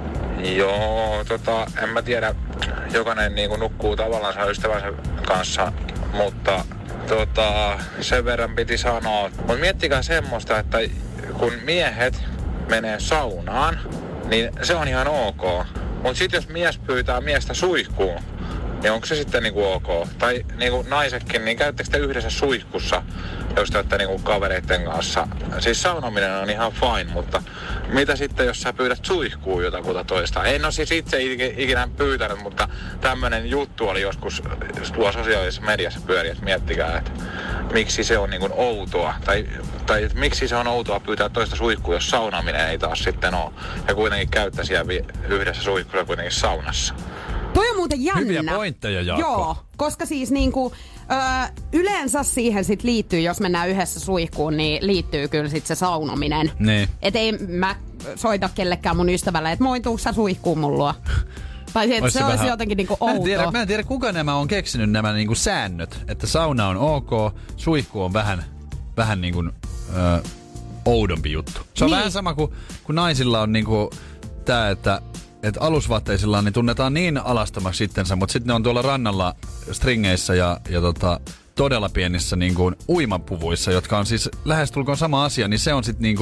joo, tota, en mä tiedä, jokainen niin nukkuu tavallaan ystävänsä kanssa, mutta tota, sen verran piti sanoa. Mutta miettikää semmoista, että kun miehet menee saunaan, niin se on ihan ok. Mutta sitten jos mies pyytää miestä suihkuun, niin onko se sitten niinku ok? Tai niinku naisetkin, niin käyttekö te yhdessä suihkussa, jos te olette niinku kavereiden kanssa? Siis saunominen on ihan fine, mutta mitä sitten, jos sä pyydät suihkuun jotakuta toista? En ole siis itse ikinä pyytänyt, mutta tämmönen juttu oli joskus tuolla sosiaalisessa mediassa pyöri, että miettikää, että miksi se on niinku outoa. Tai, tai että miksi se on outoa pyytää toista suihkuun, jos saunominen ei taas sitten ole. Ja kuitenkin käyttää siellä yhdessä suihkussa kuitenkin saunassa. Toi on muuten jännä. Hyviä pointteja, Jaakko. Joo, koska siis niinku, ö, yleensä siihen sit liittyy, jos mennään yhdessä suihkuun, niin liittyy kyllä sit se saunominen. Niin. Et ei mä soita kellekään mun ystävälle, että moi, tuu sä suihkuun mun luo. Tai että se, se olisi vähän jotenkin niinku outoa. Mä en tiedä, mä en tiedä kuka nämä on keksinyt nämä niinku säännöt, että sauna on ok, suihku on vähän, vähän niinku, ö, oudompi juttu. Se on niin. Vähän sama kuin kun naisilla on niinku tää, että että alusvaatteisilla niin tunnetaan niin alastamaksi itsensä, mutta sitten ne on tuolla rannalla stringeissä ja, ja tota, todella pienissä niin kuin uimapuvuissa, jotka on siis lähestulkoon sama asia, niin se on sitten niin kuin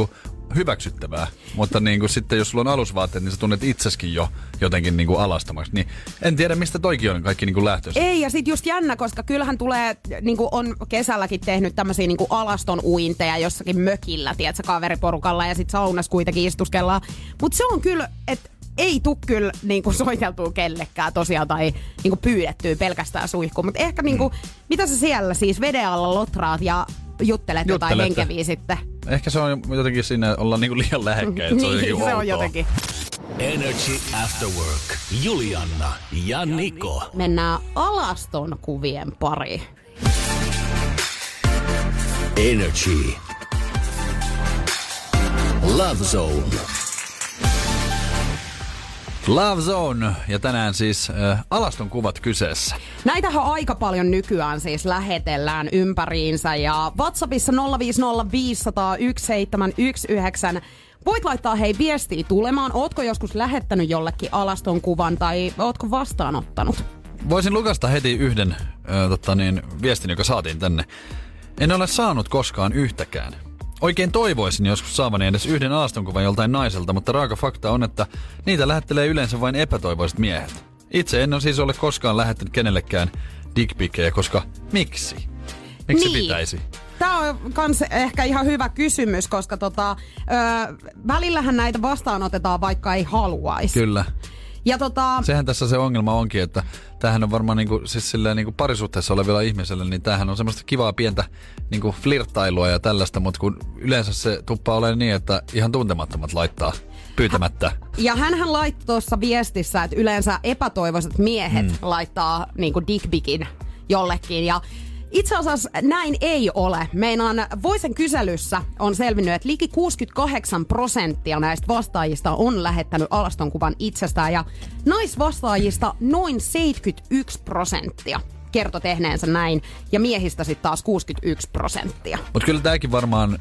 hyväksyttävää. Mutta niin kuin sitten jos sulla on alusvaatteet, niin sä tunnet itseskin jo jotenkin niin kuin alastamaksi. Niin en tiedä, mistä toikin on kaikki niin kuin lähtöisin. Ei, ja sit just jännä, koska kyllähän tulee, niin kuin on kesälläkin tehnyt tämmösiä niin kuin alaston uinteja jossakin mökillä, tiedätkö, kaveriporukalla, ja sit saunassa kuitenkin istuskellaan. Mutta se on kyllä, että ei tuu kyllä niinku soiteltua kellekään tosiaan tai niinku pyydettyä pelkästään suihkuun. Mutta ehkä niinku, mm. mitä sä siellä siis veden alla lotraat ja juttelet jotain henkeviä sitten? Ehkä se on jotenkin siinä olla niinku liian lähekkäin. Niin, se on jotenkin, se on jotenkin. Energy After Work. Julianna ja Niko. Mennään alaston kuvien pariin. Energy. Love Zone. Love Zone, ja tänään siis äh, alaston kuvat kyseessä. Näitähän aika paljon nykyään siis lähetellään ympäriinsä, ja WhatsAppissa nolla viisi nolla viisi nolla nolla yksi seitsemän yksi yhdeksän. Voit laittaa hei viestiä tulemaan. Ootko joskus lähettänyt jollekin alaston kuvan tai ootko vastaanottanut? Voisin lukasta heti yhden äh, tota niin, viestin, joka saatiin tänne. En ole saanut koskaan yhtäkään. Oikein toivoisin joskus saavani edes yhden alastonkuvan joltain naiselta, mutta raaka fakta on, että niitä lähettelee yleensä vain epätoivoiset miehet. Itse en ole siis ole koskaan lähettänyt kenellekään dickpickejä, koska miksi? Miksi niin. se pitäisi? Tämä on kans ehkä ihan hyvä kysymys, koska tota, ö, välillähän näitä vastaanotetaan, vaikka ei haluaisi. Kyllä. Ja tota... Sehän tässä se ongelma onkin, että tämähän on varmaan niinku, siis silleen niinku parisuhteessa olevilla ihmisillä, niin tämähän on semmoista kivaa pientä niinku flirttailua ja tällaista, mutta kun yleensä se tuppaa olemaan niin, että ihan tuntemattomat laittaa pyytämättä. Ja hänhän laittoi tuossa viestissä, että yleensä epätoivoiset miehet mm. laittaa niinku dickpicin jollekin ja itse asiassa näin ei ole. Meinaan Voisen kyselyssä on selvinnyt, että liki kuusikymmentäkahdeksan prosenttia näistä vastaajista on lähettänyt alastonkuvan itsestään ja naisvastaajista noin seitsemänkymmentäyksi prosenttia kertoi tehneensä näin ja miehistä sitten taas kuusikymmentäyksi prosenttia. Mutta kyllä tämäkin varmaan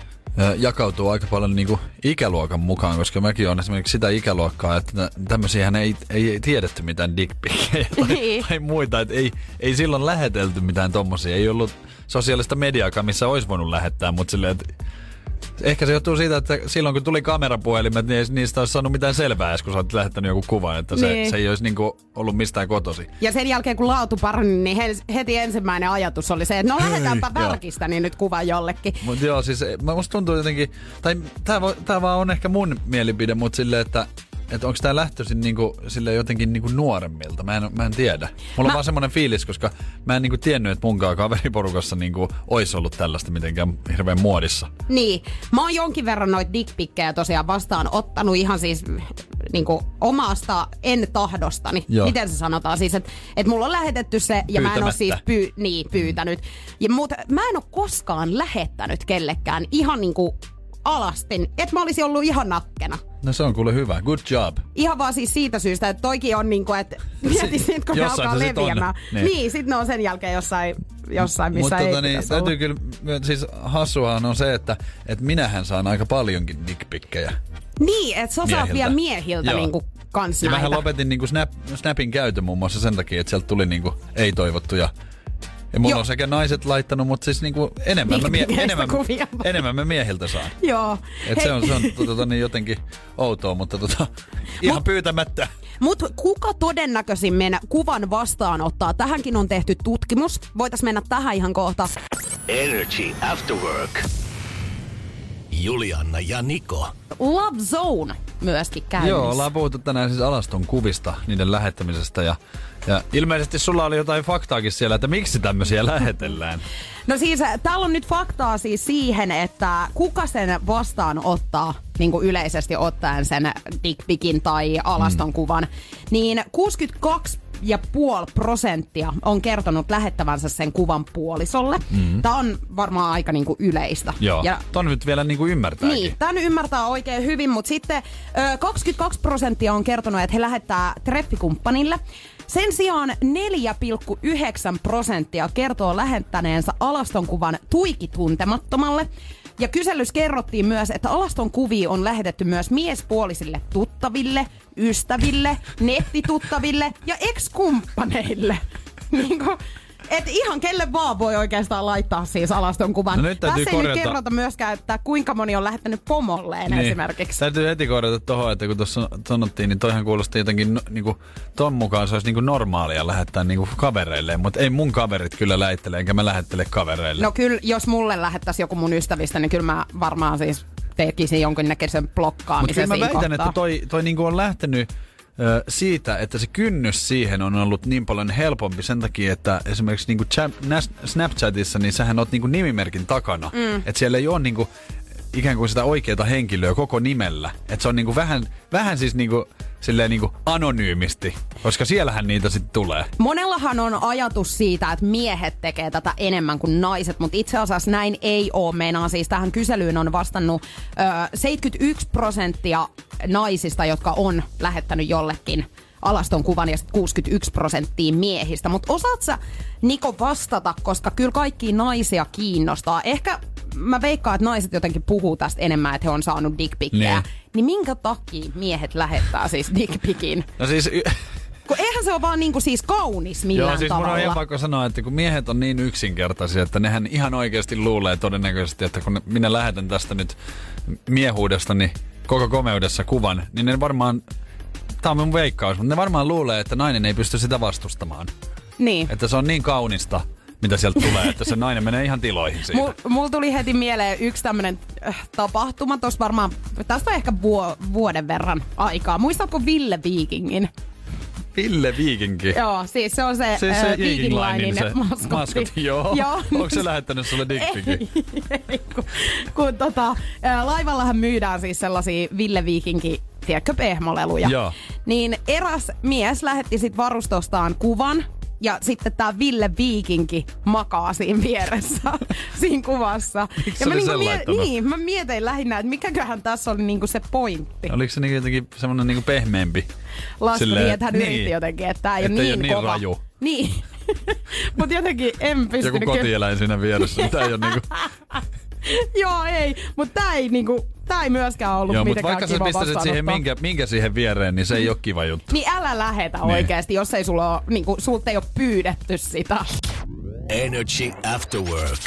jakautuu aika paljon niinku ikäluokan mukaan, koska mäkin on esimerkiksi sitä ikäluokkaa, että tämmöisiähän ei, ei tiedetty mitään dickpickejä tai, niin. tai muita, että ei, ei silloin lähetelty mitään tommosia, ei ollut sosiaalista mediaakaan, missä olisi voinut lähettää, mutta silleen, että ehkä se johtuu siitä, että silloin kun tuli kamerapuhelimet, niin ei niistä olisi saanut mitään selvää, kun sä oot lähettänyt joku kuvan, että se, niin. se ei olisi niinku ollut mistään kotosi. Ja sen jälkeen kun laatu parani, niin heti ensimmäinen ajatus oli se, että no lähetäänpä värkistä niin nyt kuva jollekin. Mutta joo, siis musta tuntuu jotenkin, tai tää, tää vaan on ehkä mun mielipide, mutta silleen, että että onko tää lähtöisin niinku, sille jotenkin niinku nuoremmilta? Mä en, mä en tiedä. Mulla mä... on vaan semmonen fiilis, koska mä en niinku tiennyt, että munkaan kaveriporukassa niinku ois ollut tällaista mitenkään hirveän muodissa. Niin. Mä oon jonkin verran noita dickpickejä tosiaan vastaan ottanut ihan siis niinku omasta en tahdostani. Joo. Miten se sanotaan siis, että et mulla on lähetetty se ja mä en oo siis pyy- niin, pyytänyt. Ja, mutta mä en oo koskaan lähettänyt kellekään ihan niinku alastin, että mä olisin ollut ihan nakkena. No se on kuule hyvä. Good job. Ihan vaan siis siitä syystä, että toikin on niinku, että mieti sit, kun ne alkaa leviämään. Niin, niin sit ne on sen jälkeen jossain, jossain missä Mut, ei tota, niin, täytyy kyllä, siis hassuahan on se, että et minähän saan aika paljonkin dickpickejä. Niin, että sä saat vielä miehiltä niinku kans ja näitä. mähän lopetin niinku snap, Snapin käytön muun muassa sen takia, että sieltä tuli niinku ei-toivottuja. Ja mulla Joo. on sekä naiset laittanut, mutta siis niinku enemmän, mä, mie- enemmän, enemmän mä miehiltä saan. Joo. Et se on, se on tota, niin jotenkin outoa, mutta tota, ihan Mut, pyytämättä. Mutta kuka todennäköisimmin kuvan vastaanottaa? Tähänkin on tehty tutkimus. Voitais mennä tähän ihan kohta. Energy After Work. Julianna ja Niko. Love Zone myöskin käynnissä. Joo, ollaan puhuttu tänään siis alaston kuvista, niiden lähettämisestä ja Ja ilmeisesti sulla oli jotain faktaakin siellä, että miksi tämmöisiä lähetellään. No siis täällä on nyt faktaa siis siihen, että kuka sen vastaan ottaa, niin kuin yleisesti ottaen sen dickpicin tai alaston kuvan, niin kuusikymmentäkaksi pilkku viisi prosenttia on kertonut lähettävänsä sen kuvan puolisolle. Mm-hmm. Tämä on varmaan aika niin kuin yleistä. Joo, ja ton nyt vielä niin kuin ymmärtääkin. Niin, tämän ymmärtää oikein hyvin, mutta sitten kaksikymmentäkaksi prosenttia on kertonut, että he lähettää treffikumppanille. Sen sijaan neljä pilkku yhdeksän prosenttia kertoo lähettäneensä alaston kuvan tuikituntemattomalle. Ja kyselyssä kerrottiin myös, että alaston kuvia on lähetetty myös miespuolisille tuttaville, ystäville, nettituttaville ja ex-kumppaneille. Niinku, Et ihan kelle vaan voi oikeastaan laittaa siis alaston kuvan. No nyt tässä ei korjata. nyt kerrota myöskään, että kuinka moni on lähettänyt pomolleen niin. esimerkiksi. Täytyy heti korjata tohon, että kun tuossa sanottiin, niin toihan kuulosti jotenkin no, niinku, ton mukaan se olisi niinku normaalia lähettää niinku kavereilleen, mutta ei mun kaverit kyllä lähettele, enkä mä lähettele kavereille. No kyllä, jos mulle lähettäisi joku mun ystävistä, niin kyllä mä varmaan siis tekisin jonkinnäköisen blokkaamisen siinä Mutta kyllä mä väitän, kohtaa. että toi, toi niinku on lähtenyt ö, siitä, että se kynnys siihen on ollut niin paljon helpompi sen takia, että esimerkiksi niinku Snapchatissa, niin sähän oot niinku nimimerkin takana. Mm. Että siellä ei ole niinku ikään kuin sitä oikeaa henkilöä koko nimellä. Että se on niinku vähän, vähän siis niinku, silleen niinku anonyymisti, koska siellähän niitä sitten tulee. Monellahan on ajatus siitä, että miehet tekee tätä enemmän kuin naiset, mutta itse asiassa näin ei ole. Meinaan siis tähän kyselyyn on vastannut ö, seitsemänkymmentäyksi prosenttia naisista, jotka on lähettänyt jollekin alaston kuvan ja kuusikymmentäyksi prosenttia miehistä. Mutta osaat sä, Niko, vastata, koska kyllä kaikkia naisia kiinnostaa. Ehkä mä veikkaan, että naiset jotenkin puhuu tästä enemmän, että he on saanut dickpikkejä. Niin. Niin minkä takia miehet lähettää siis dickpickin? No siis... Y- Kun eihän se ole vaan niinku siis kaunis millään Joo, siis tavalla. mun on ihan pakko sanoa, että kun miehet on niin yksinkertaisia, että nehän ihan oikeasti luulee todennäköisesti, että kun minä lähetän tästä nyt miehuudesta, niin koko komeudessa kuvan, niin ne varmaan, tää on mun veikkaus, mutta ne varmaan luulee, että nainen ei pysty sitä vastustamaan. Niin. Että se on niin kaunista, mitä sieltä tulee, että se nainen menee ihan tiloihin siitä. Mulla mul tuli heti mieleen yksi tämmönen äh, tapahtuma, tossa varmaan, tästä on ehkä vuo, vuoden verran aikaa. Muistatko Ville Vikingin? Ville Viikinki. Joo, siis se on se, Siis se äh, Viking Linein se maskotti. maskotti. Joo. Joo. Onko se lähettänyt sulle dickpicin? Ei, ei, kun, kun tota, äh, laivallahan myydään siis sellaisia Ville Viikinki, tiedätkö, pehmoleluja. Joo. Niin eräs mies lähetti sit varustostaan kuvan. Ja sitten tää Ville Viikinki makaa siinä vieressä, siinä kuvassa. Miksi ja mä, oli niinku sen mie- laittanut? niin, mä mietin lähinnä, että mikäköhän tässä oli niinku se pointti. Oliko se niinku jotenkin semmonen niinku pehmeämpi? Laskeli, Silleen, että hän niin. yritti jotenkin, että tää ei Että ole ei niin, ole niin kova. raju. Niin. Mut jotenkin en pystynyt. Joku kotieläin siinä vieressä, mutta ei ole niinku... Joo, ei. Mut tää ei niinku, tää ei myöskään ollut Joo, mutta mitenkään vaikka sä kiva pistäisit siihen minkä, minkä siihen viereen, niin se ei ole kiva juttu. Niin älä lähetä Niin. oikeesti, jos ei sulla ole, niinku, sulta ei ole pyydetty sitä. Energy After Work.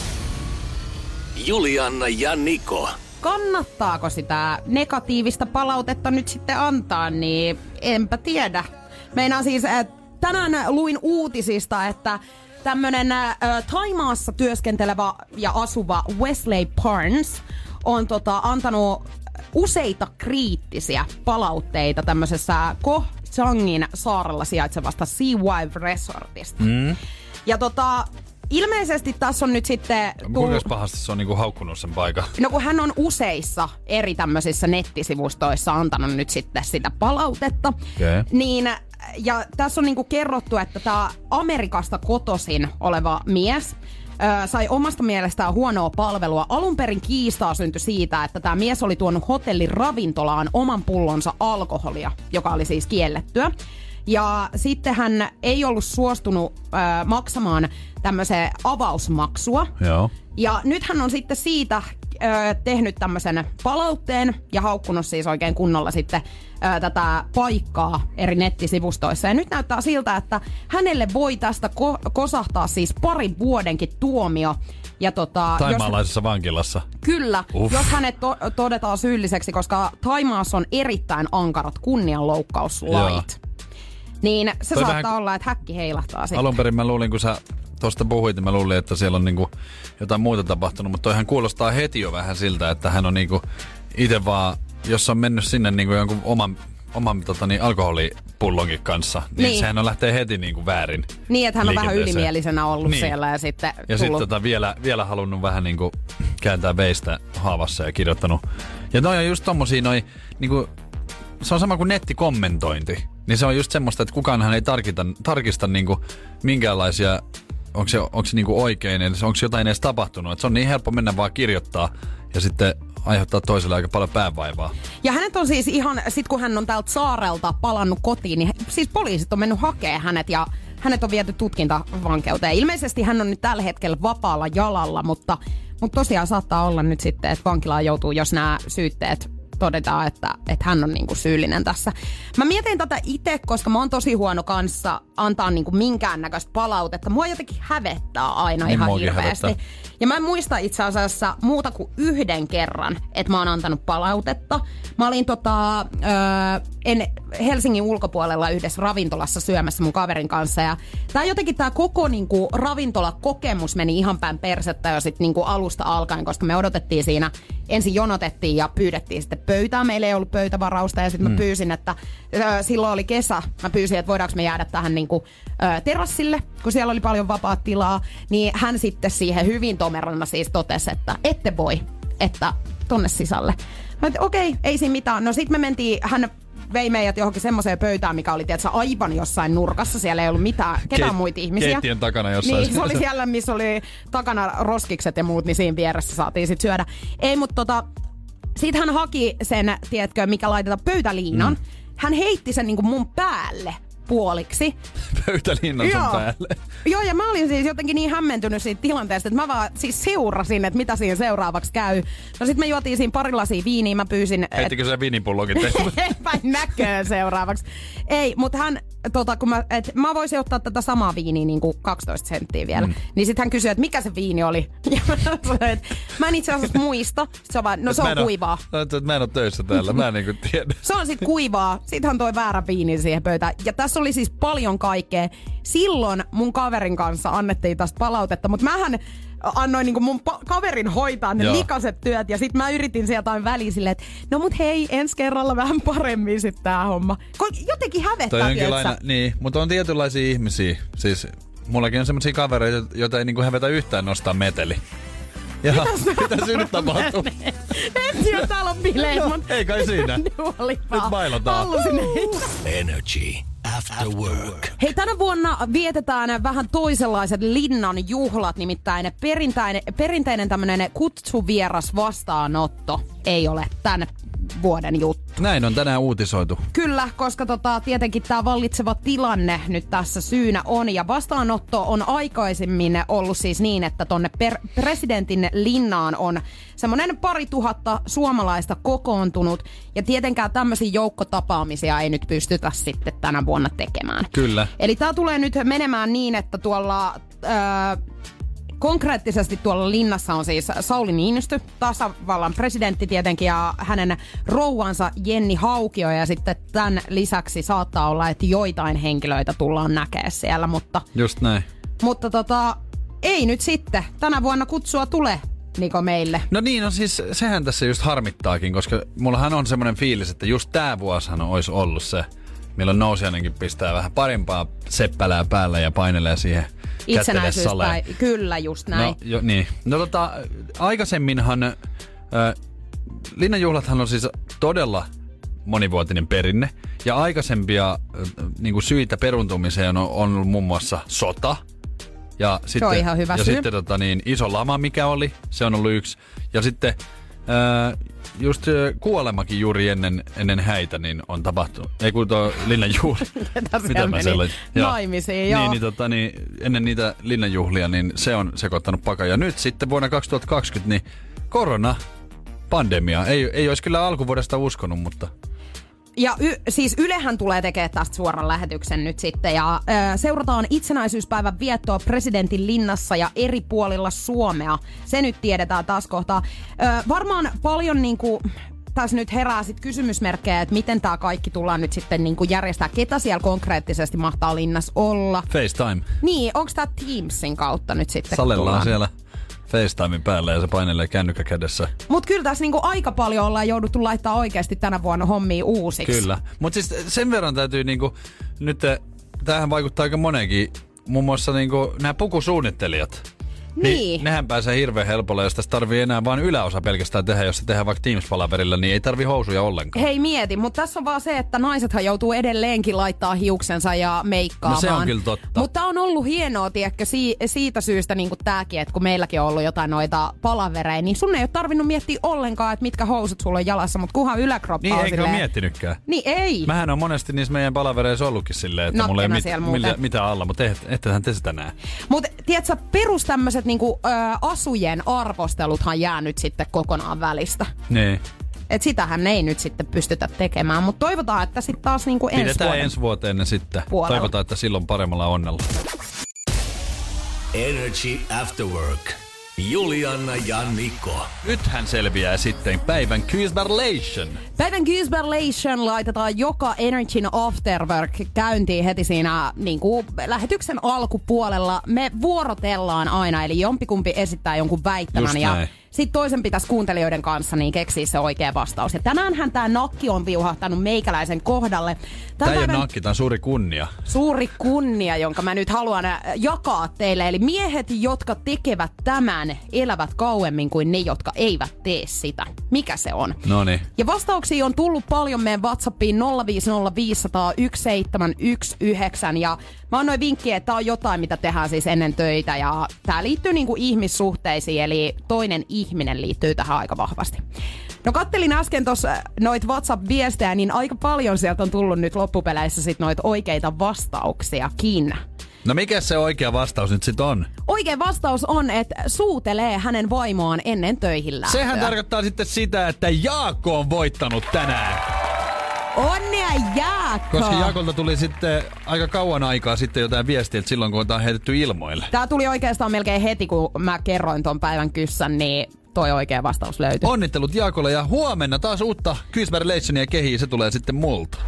Julianna ja Niko. Kannattaako sitä negatiivista palautetta nyt sitten antaa, niin enpä tiedä. Meinaan siis, että tänään luin uutisista, että tämmönen äh, Thaimaassa työskentelevä ja asuva Wesley Barnes on tota, antanut useita kriittisiä palautteita tämmöisessä Koh Changin saarella sijaitsevasta Sea Wive Resortista. Mm. Ja tota, ilmeisesti tässä on nyt sitten... Kuinka pahasti se on niinku haukkunut sen paikan? No kun hän on useissa eri tämmöisissä nettisivustoissa antanut nyt sitten sitä palautetta, Okay. niin ja tässä on niinku kerrottu, että tämä Amerikasta kotoisin oleva mies ö, sai omasta mielestään huonoa palvelua. Alun perin kiistaa syntyi siitä, että tämä mies oli tuonut hotellin ravintolaan oman pullonsa alkoholia, joka oli siis kiellettyä. Ja sitten hän ei ollut suostunut ö, maksamaan tämmöiseen avausmaksua. Joo. Ja nyt hän on sitten siitä ö, tehnyt tämmöisen palautteen ja haukkunut siis oikein kunnolla sitten ö, tätä paikkaa eri nettisivustoissa. Ja nyt näyttää siltä, että hänelle voi tästä ko- kosahtaa siis parin vuodenkin tuomio. Ja tota, Thaimaalaisessa vankilassa. Kyllä, Uff. jos hänet to- todetaan syylliseksi, koska Thaimaassa on erittäin ankarat kunnianloukkauslait. Niin se Toi saattaa vähän- olla, että häkki heilahtaa sitten. Alun perin mä luulin, kun sä tuosta puhuit, niin mä luulin, että siellä on niinku jotain muuta tapahtunut, mutta toihan kuulostaa heti jo vähän siltä, että hän on niinku itse vaan, jos on mennyt sinne niinku jonkun oman, oman tota niin, alkoholipullonkin kanssa, niin, Niin. sehän on lähtee heti niinku väärin Niin, että hän on vähän liikenteeseen. ylimielisenä ollut Niin. siellä ja sitten Ja tullut... sitten tota vielä, vielä halunnut vähän niinku kääntää veistä haavassa ja kirjoittanut. Ja noi on just tommosia noi, niinku, se on sama kuin nettikommentointi. Niin se on just semmoista, että kukaanhan ei tarkita, tarkista niinku minkäänlaisia, onko se, onko se niinku oikein, eli onko jotain edes tapahtunut. Et se on niin helppo mennä vaan kirjoittaa ja sitten aiheuttaa toiselle aika paljon päänvaivaa. Ja hänet on siis ihan, sit kun hän on täältä saarelta palannut kotiin, niin siis poliisit on mennyt hakemaan hänet ja hänet on viety tutkintavankeuteen. Ilmeisesti hän on nyt tällä hetkellä vapaalla jalalla, mutta, mutta tosiaan saattaa olla nyt sitten, että vankilaan joutuu, jos nämä syytteet todetaan, että, että hän on niinku syyllinen tässä. Mä mietin tätä itse, koska mä oon tosi huono kanssa antaa niinku minkäännäköistä palautetta. Mua jotenkin hävettää aina niin ihan hirveästi. Hävettää. Ja mä en muista itse asiassa muuta kuin yhden kerran, että mä oon antanut palautetta. Mä olin tota, ö, en, Helsingin ulkopuolella yhdessä ravintolassa syömässä mun kaverin kanssa. Ja tää jotenkin tää koko niinku, ravintolakokemus meni ihan päin persettä jo sit niinku alusta alkaen, koska me odotettiin siinä, ensin jonotettiin ja pyydettiin sitten pöytää. Meillä ei ollut pöytävarausta ja sitten mm. mä pyysin, että ö, silloin oli kesä. Mä pyysin, että voidaanko me jäädä tähän niinku, ö, terassille, kun siellä oli paljon vapaat tilaa. Niin hän sitten siihen hyvin tomerana siis totesi, että ette voi, että tonne sisälle. Mä okei, okay, ei siinä mitään. No sit me mentiin, hän vei meidät johonkin semmoiseen pöytään, mikä oli tietysti aivan jossain nurkassa. Siellä ei ollut mitään, ketään Keit- muita ihmisiä. Keittiön takana jossain. Niin, se oli siellä, missä oli takana roskikset ja muut, niin siinä vieressä saatiin sit syödä. Ei, mutta tota, sit hän haki sen, tiedätkö, mikä laitetaan pöytäliinan. Mm. Hän heitti sen niinku mun päälle puoliksi. Pöytäliinan sun päälle. Joo, ja mä olin siis jotenkin niin hämmentynyt siitä tilanteesta, että mä vaan siis seurasin, että mitä siinä seuraavaksi käy. No sit me juotiin siinä pari lasia viiniä, mä pyysin... Heittikö et... se viinipullokin teille? Päin näköön seuraavaksi. Ei, mutta hän, tota, kun mä, et, mä voisin ottaa tätä samaa viiniä niin kuin kaksitoista senttiä vielä. Mm. Niin sit hän kysyi, että mikä se viini oli. Ja mä sanoin, että mä en itse asiassa muista. Se on vaan, no se on kuivaa. O, mä en oo töissä täällä, mä en niinku tiedä. Se on sit kuivaa. Sit hän toi väärä viini siihen pöytään. Ja tässä oli siis paljon kaikkea. Silloin mun kaverin kanssa annettiin tästä palautetta, mutta mähän annoin niinku mun pa- kaverin hoitaa ne Joo. likaset työt ja sit mä yritin sieltä aina väliin silleen, että no mut hei, ensi kerralla vähän paremmin sit tää homma. Jotenkin hävettää, laina, niin, mutta on tietynlaisia ihmisiä. Siis mullakin on semmosia kavereita, joita ei niinku hävetä yhtään nostaa meteli. Jaha, mitä siinä nyt tapahtuu? Ensi jo täällä on bileet, no, ei kai siinä. Nyt bailataan. Energy After Work. Hei, tänä vuonna vietetään vähän toisenlaiset linnan juhlat, nimittäin perinteinen, perinteinen tämmönen kutsuvieras vastaanotto ei ole tän vuoden juttu. Näin on tänään uutisoitu. Kyllä, koska tota, tietenkin tämä vallitseva tilanne nyt tässä syynä on. Ja vastaanotto on aikaisemmin ollut siis niin, että tonne per- presidentin linnaan on semmoinen pari tuhatta suomalaista kokoontunut. Ja tietenkään tämmöisiä joukkotapaamisia ei nyt pystytä sitten tänä vuonna tekemään. Kyllä. Eli tämä tulee nyt menemään niin, että tuolla... Öö, Konkreettisesti tuolla linnassa on siis Sauli Niinistö, tasavallan presidentti tietenkin, ja hänen rouvansa Jenni Haukio, ja sitten tämän lisäksi saattaa olla, että joitain henkilöitä tullaan näkemään siellä, mutta... Just näin. Mutta tota, ei nyt sitten. Tänä vuonna kutsua tule, Niko, meille. No niin, no siis sehän tässä just harmittaakin, koska mullahan on semmoinen fiilis, että just tää vuosihan olisi ollut se, milloin nousijainenkin pistää vähän parempaa seppälää päälle ja painelee siihen itsenäisyyspäivä. Kyllä, just näin. No, jo, niin. no tota, aikaisemminhan äh, linnanjuhlathan on siis todella monivuotinen perinne. Ja aikaisempia äh, niinku syitä peruntumiseen on, on ollut muun muassa sota. Ja se sitten, on ihan hyvä ja syy. sitten tota, niin, iso lama, mikä oli, se on ollut yksi. Ja sitten äh, just kuolemakin juuri ennen, ennen häitä niin on tapahtunut. Ei kun tuo linnanjuhli. Mitä mä selloin? Naimisiin, joo. Niin, niin, tota, niin, ennen niitä linnanjuhlia, niin se on sekoittanut pakan. Ja nyt sitten vuonna kaksituhattakaksikymmentä, niin korona, pandemia. Ei, ei olisi kyllä alkuvuodesta uskonut, mutta... Ja y- siis Ylehän tulee tekemään tästä suoran lähetyksen nyt sitten. Ja ö, seurataan itsenäisyyspäivän viettoa presidentin linnassa ja eri puolilla Suomea. Se nyt tiedetään taas kohtaa. Ö, varmaan paljon niinku... Tässä nyt herää sit kysymysmerkkejä, että miten tämä kaikki tullaan nyt sitten niinku järjestää. Ketä siellä konkreettisesti mahtaa linnassa olla? FaceTime. Niin, onko tämä Teamsin kautta nyt sitten? Salellaan siellä FaceTimein päällä ja se painelee kännykkä kädessä. Mut kyllä tässä niinku aika paljon ollaan jouduttu laittaa oikeasti tänä vuonna hommia uusiksi. Kyllä. Mut siis sen verran täytyy niinku, nyt tämähän vaikuttaa aika moneenkin, muun muassa niinku nämä pukusuunnittelijat. Niin. niin. Nehän pääsee hirveän helpolla, jos tässä tarvii enää vaan yläosa pelkästään tehdä, jos se tehdään vaikka Teams-palaverilla, niin ei tarvi housuja ollenkaan. Hei mieti, mutta tässä on vaan se, että naisethan joutuu edelleenkin laittaa hiuksensa ja meikkaamaan. No se on kyllä totta. Mutta on ollut hienoa, tiedätkö, si- siitä syystä niin kuin tääkin, että kun meilläkin on ollut jotain noita palavereja, niin sun ei ole tarvinnut miettiä ollenkaan, että mitkä housut sulla on jalassa, mutta kunhan yläkroppa niin, on eikä silleen... ole miettinytkään. Niin ei. Mähän on monesti niissä meidän palavereissa ollutkin silleen, että mulla ei mit, mit, mitään alla, mutta ettehän te sitä näe. Mutta tiedätkö, perus tämmöiset niinku... Ö, asujen arvosteluthan jää nyt sitten kokonaan välistä. Niin. Et sitähän ei nyt sitten pystytä tekemään, mutta toivotaan, että sitten taas niinku ensi Pidetään vuoden ensi vuoteen ne sitten. puolella. Toivotaan, että silloin paremmalla onnella. Energy After Work. Julianna ja Niko. Nythän selviää sitten päivän Quizbarlation. Päivän Quizbarlation laitetaan joka Energyn Afterwork käyntiin heti siinä niin kuin lähetyksen alkupuolella. Me vuorotellaan aina, eli jompikumpi esittää jonkun väittämän ja sitten toisen pitäisi kuuntelijoiden kanssa niin keksiä se oikea vastaus. Ja tänäänhän tämä nakki on viuhahtanut meikäläisen kohdalle. Tämä ei ole nakki, tämä on suuri kunnia. Suuri kunnia, jonka mä nyt haluan jakaa teille. Eli miehet, jotka tekevät tämän, elävät kauemmin kuin ne, jotka eivät tee sitä. Mikä se on? Noniin. Ja vastauksia on tullut paljon meidän WhatsAppiin nolla viisi nolla viisi nolla nolla yksi seitsemän yksi yhdeksän. Ja mä annoin vinkkiä, että tää on jotain, mitä tehdään siis ennen töitä. Ja tää liittyy niinku ihmissuhteisiin, eli toinen ihminen liittyy tähän aika vahvasti. No kattelin äsken tuossa noit WhatsApp-viestejä, niin aika paljon sieltä on tullut nyt loppupeleissä sit noita oikeita vastauksiakin. No mikä se oikea vastaus nyt sit on? Oikea vastaus on, että suutelee hänen vaimoaan ennen töihin lähtöä. Sehän tarkoittaa sitten sitä, että Jaakko on voittanut tänään. Onnea Jaakko! Koska Jaakolta tuli sitten aika kauan aikaa sitten jotain viestiä, että silloin kun on heitetty ilmoille. Tää tuli oikeastaan melkein heti, kun mä kerroin ton päivän kyssän, niin toi oikea vastaus löytyi. Onnittelut Jaakolle ja huomenna taas uutta Quizbarlationia kehii, se tulee sitten multa.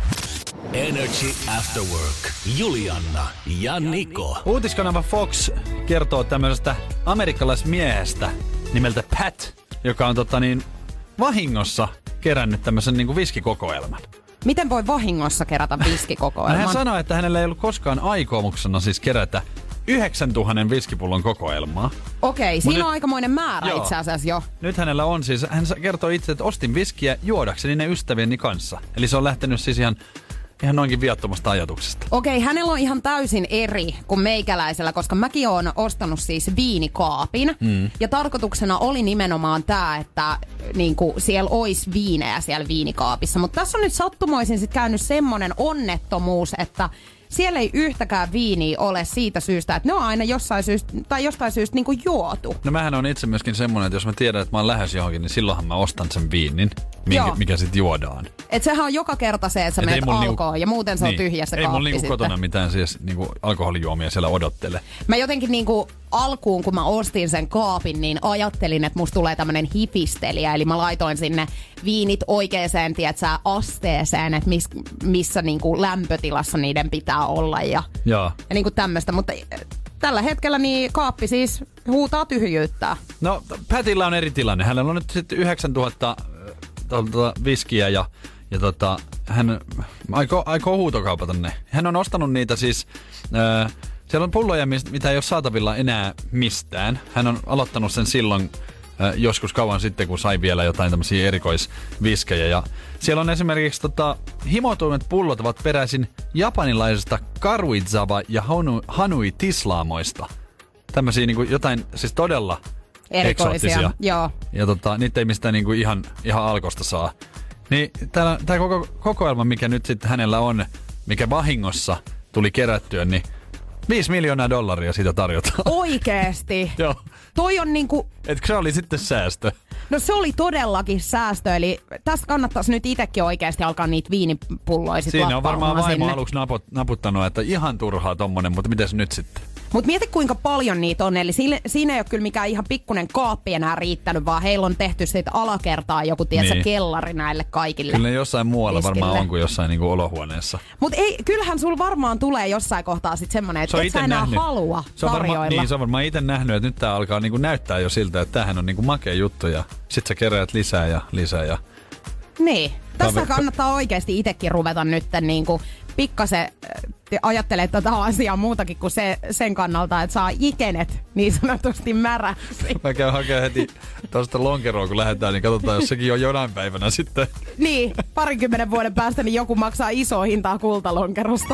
Energy After Work. Julianna ja Niko. Uutiskanava Fox kertoo tämmöisestä amerikkalaismiehestä nimeltä Pat, joka on tota niin vahingossa kerännyt tämmöisen niinku viskikokoelman. Miten voi vahingossa kerätä viskikokoelman? Hän sanoi, että hänellä ei ollut koskaan aikomuksena siis kerätä yhdeksäntuhannen viskipullon kokoelmaa. Okei, siinä nyt, on aikamoinen määrä joo. itse asiassa jo. Nyt hänellä on siis, hän kertoo itse, että ostin viskiä juodakseni ne ystävieni kanssa. Eli se on lähtenyt siis ihan, ihan noinkin viattomasta ajatuksesta. Okei, hänellä on ihan täysin eri kuin meikäläisellä, koska mäkin oon ostanut siis viinikaapin. Mm. Ja tarkoituksena oli nimenomaan tää, että niinku, siellä olisi viinejä siellä viinikaapissa. Mutta tässä on nyt sattumoisin sit käynyt semmonen onnettomuus, että siellä ei yhtäkään viiniä ole siitä syystä, että ne on aina jossain syystä, tai jostain syystä niin kuin juotu. No mähän on itse myöskin semmonen, että jos mä tiedän, että mä oon lähes johonkin, niin silloinhan mä ostan sen viinin, mikä, mikä sit juodaan. Et sehän on joka kerta se, että sä menet alkoon niinku, ja muuten se niin, on tyhjä se ei kaappi mulla niinku sitten. kotona mitään siis niinku alkoholijuomia siellä odottele. Mä jotenkin niinku alkuun, kun mä ostin sen kaapin, niin ajattelin, että musta tulee tämmönen hifistelijä. Eli mä laitoin sinne viinit oikeeseen, tiedätkö, asteeseen, että mis, missä niinku lämpötilassa niiden pitää olla ja, ja niinku tämmöistä. Mutta tällä hetkellä niin kaappi siis huutaa tyhjyyttää. No, Patilla on eri tilanne. Hänellä on nyt sitten yhdeksäntuhatta tuota, viskiä ja, ja tota, hän aikoo, aikoo huutokaupata ne. Hän on ostanut niitä siis... Öö, siellä on pulloja, mitä ei ole saatavilla enää mistään. Hän on aloittanut sen silloin äh, joskus kauan sitten, kun sai vielä jotain tämmöisiä erikoisviskejä. Ja siellä on esimerkiksi tota, himotuimet pullot ovat peräisin japanilaisesta Karuizawa ja Hanui, Hanui Tislaamoista. Tämmöisiä niinku jotain siis todella eksoottisia. Joo. Ja tota, niitä ei mistään niinku ihan, ihan alkosta saa. Niin tämä koko kokoelma, mikä nyt sitten hänellä on, mikä vahingossa tuli kerättyä, niin Viisi miljoonaa dollaria siitä tarjotaan. Oikeesti? Joo. Toi on niinku... Etkö se oli sitten säästö? No se oli todellakin säästö, eli tästä kannattaisi nyt itsekin oikeasti alkaa niitä viinipulloja sit Siinä on varmaan vaimo sinne. aluksi naput, naputtanut, että ihan turhaa tommonen, mutta mites nyt sitten? Mut mieti kuinka paljon niitä on, eli siinä, siinä ei ole kyllä mikään ihan pikkunen kaappi enää riittänyt, vaan heillä on tehty siitä alakertaa joku tietsä niin. kellari näille kaikille. Kyllä jossain muualla Viskille. varmaan on kuin jossain niinku olohuoneessa. Mut ei, kyllähän sul varmaan tulee jossain kohtaa sit semmonen, että et sä enää nähnyt. halua se on tarjoilla. Varma, niin, se on varmaan itse nähnyt, että nyt tää alkaa niinku näyttää jo siltä, että tämähän on niinku makea juttu ja sit sä keräät lisää ja lisää ja... Niin. Tässä Kaveri- kannattaa oikeasti itsekin ruveta nyt niinku pikkasen ajattelee tätä asiaa muutakin kuin se, sen kannalta, että saa ikenet niin sanotusti märäksi. Mä käyn hakemaan heti tosta lonkeroa, kun lähdetään, niin katsotaan, jos sekin on jonain päivänä sitten. Niin, parinkymmenen vuoden päästä niin joku maksaa isoa hintaa kultalonkerosta.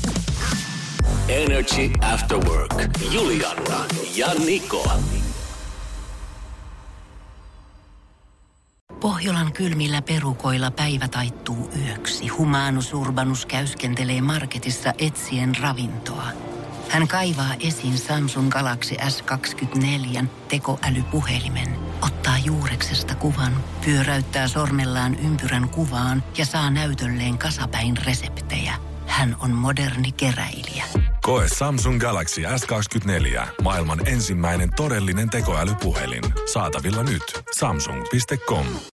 Energy After Work. Julianna ja Niko. Pohjolan kylmillä perukoilla päivä taittuu yöksi. Humanus Urbanus käyskentelee marketissa etsien ravintoa. Hän kaivaa esiin Samsung Galaxy S kaksikymmentäneljä tekoälypuhelimen, ottaa juureksesta kuvan, pyöräyttää sormellaan ympyrän kuvaan ja saa näytölleen kasapäin reseptejä. Hän on moderni keräilijä. Koe Samsung Galaxy S kaksikymmentäneljä. Maailman ensimmäinen todellinen tekoälypuhelin. Saatavilla nyt. Samsung piste com.